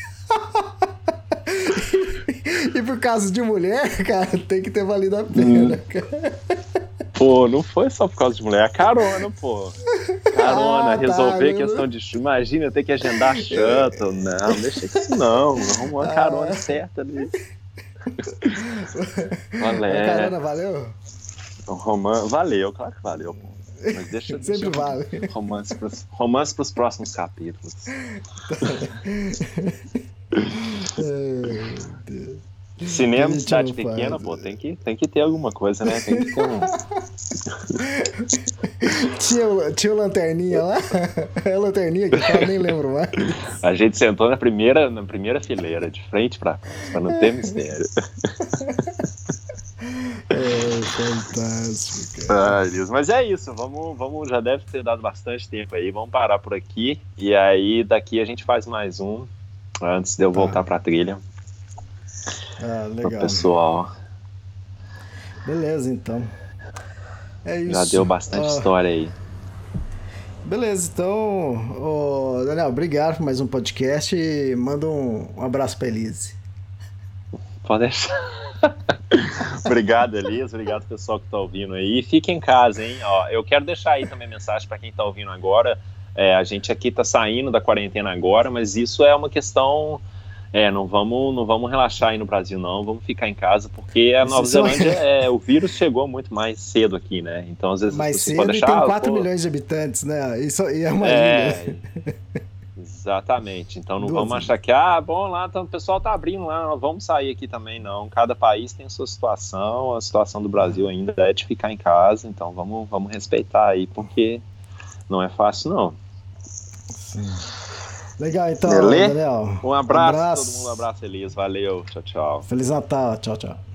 e por causa de mulher, cara, tem que ter valido a pena, cara. Pô, não foi só por causa de mulher, é carona, pô. Carona, resolver questão de... Imagina, eu ter que agendar shuttle. Não, deixa isso não. Arruma uma carona certa ali. A carona valeu? Valeu, claro que valeu, pô. Mas deixa sempre vale. Romance pros próximos capítulos. Cinema de cidade pequena, pô, tem que ter alguma coisa, né? Tem que ter Tinha o lanterninha lá? É a lanterninha que eu nem lembro mais. A gente sentou na primeira fileira, de frente pra não ter mistério. Fantástico, cara. Deus. Mas é isso, vamos, já deve ter dado bastante tempo aí, vamos parar por aqui, e aí daqui a gente faz mais um, antes de eu voltar pra trilha. Legal. Pro pessoal. Beleza, então. É isso. Já deu bastante história aí. Beleza, então, Daniel, obrigado por mais um podcast e manda um abraço pra Elise. Pode deixar. Obrigado, Elias. Obrigado, pessoal que tá ouvindo aí. Fique em casa, hein? Eu quero deixar aí também mensagem para quem tá ouvindo agora. A gente aqui tá saindo da quarentena agora, mas isso é uma questão... Não vamos relaxar aí no Brasil, não. Vamos ficar em casa, porque a Nova Zelândia, o vírus chegou muito mais cedo aqui, né? Então, às vezes... Mais cedo pode deixar, e tem 4 milhões de habitantes, né? Isso é uma ilha. Exatamente. Então, não vamos achar que, bom, lá o pessoal tá abrindo lá, vamos sair aqui também, não. Cada país tem a sua situação, a situação do Brasil ainda é de ficar em casa, então vamos respeitar aí, porque não é fácil, não. Sim. Legal, então, Beleza? Daniel. Um abraço a todo mundo, um abraço, Elias. Valeu, tchau, tchau. Feliz Natal, tchau, tchau.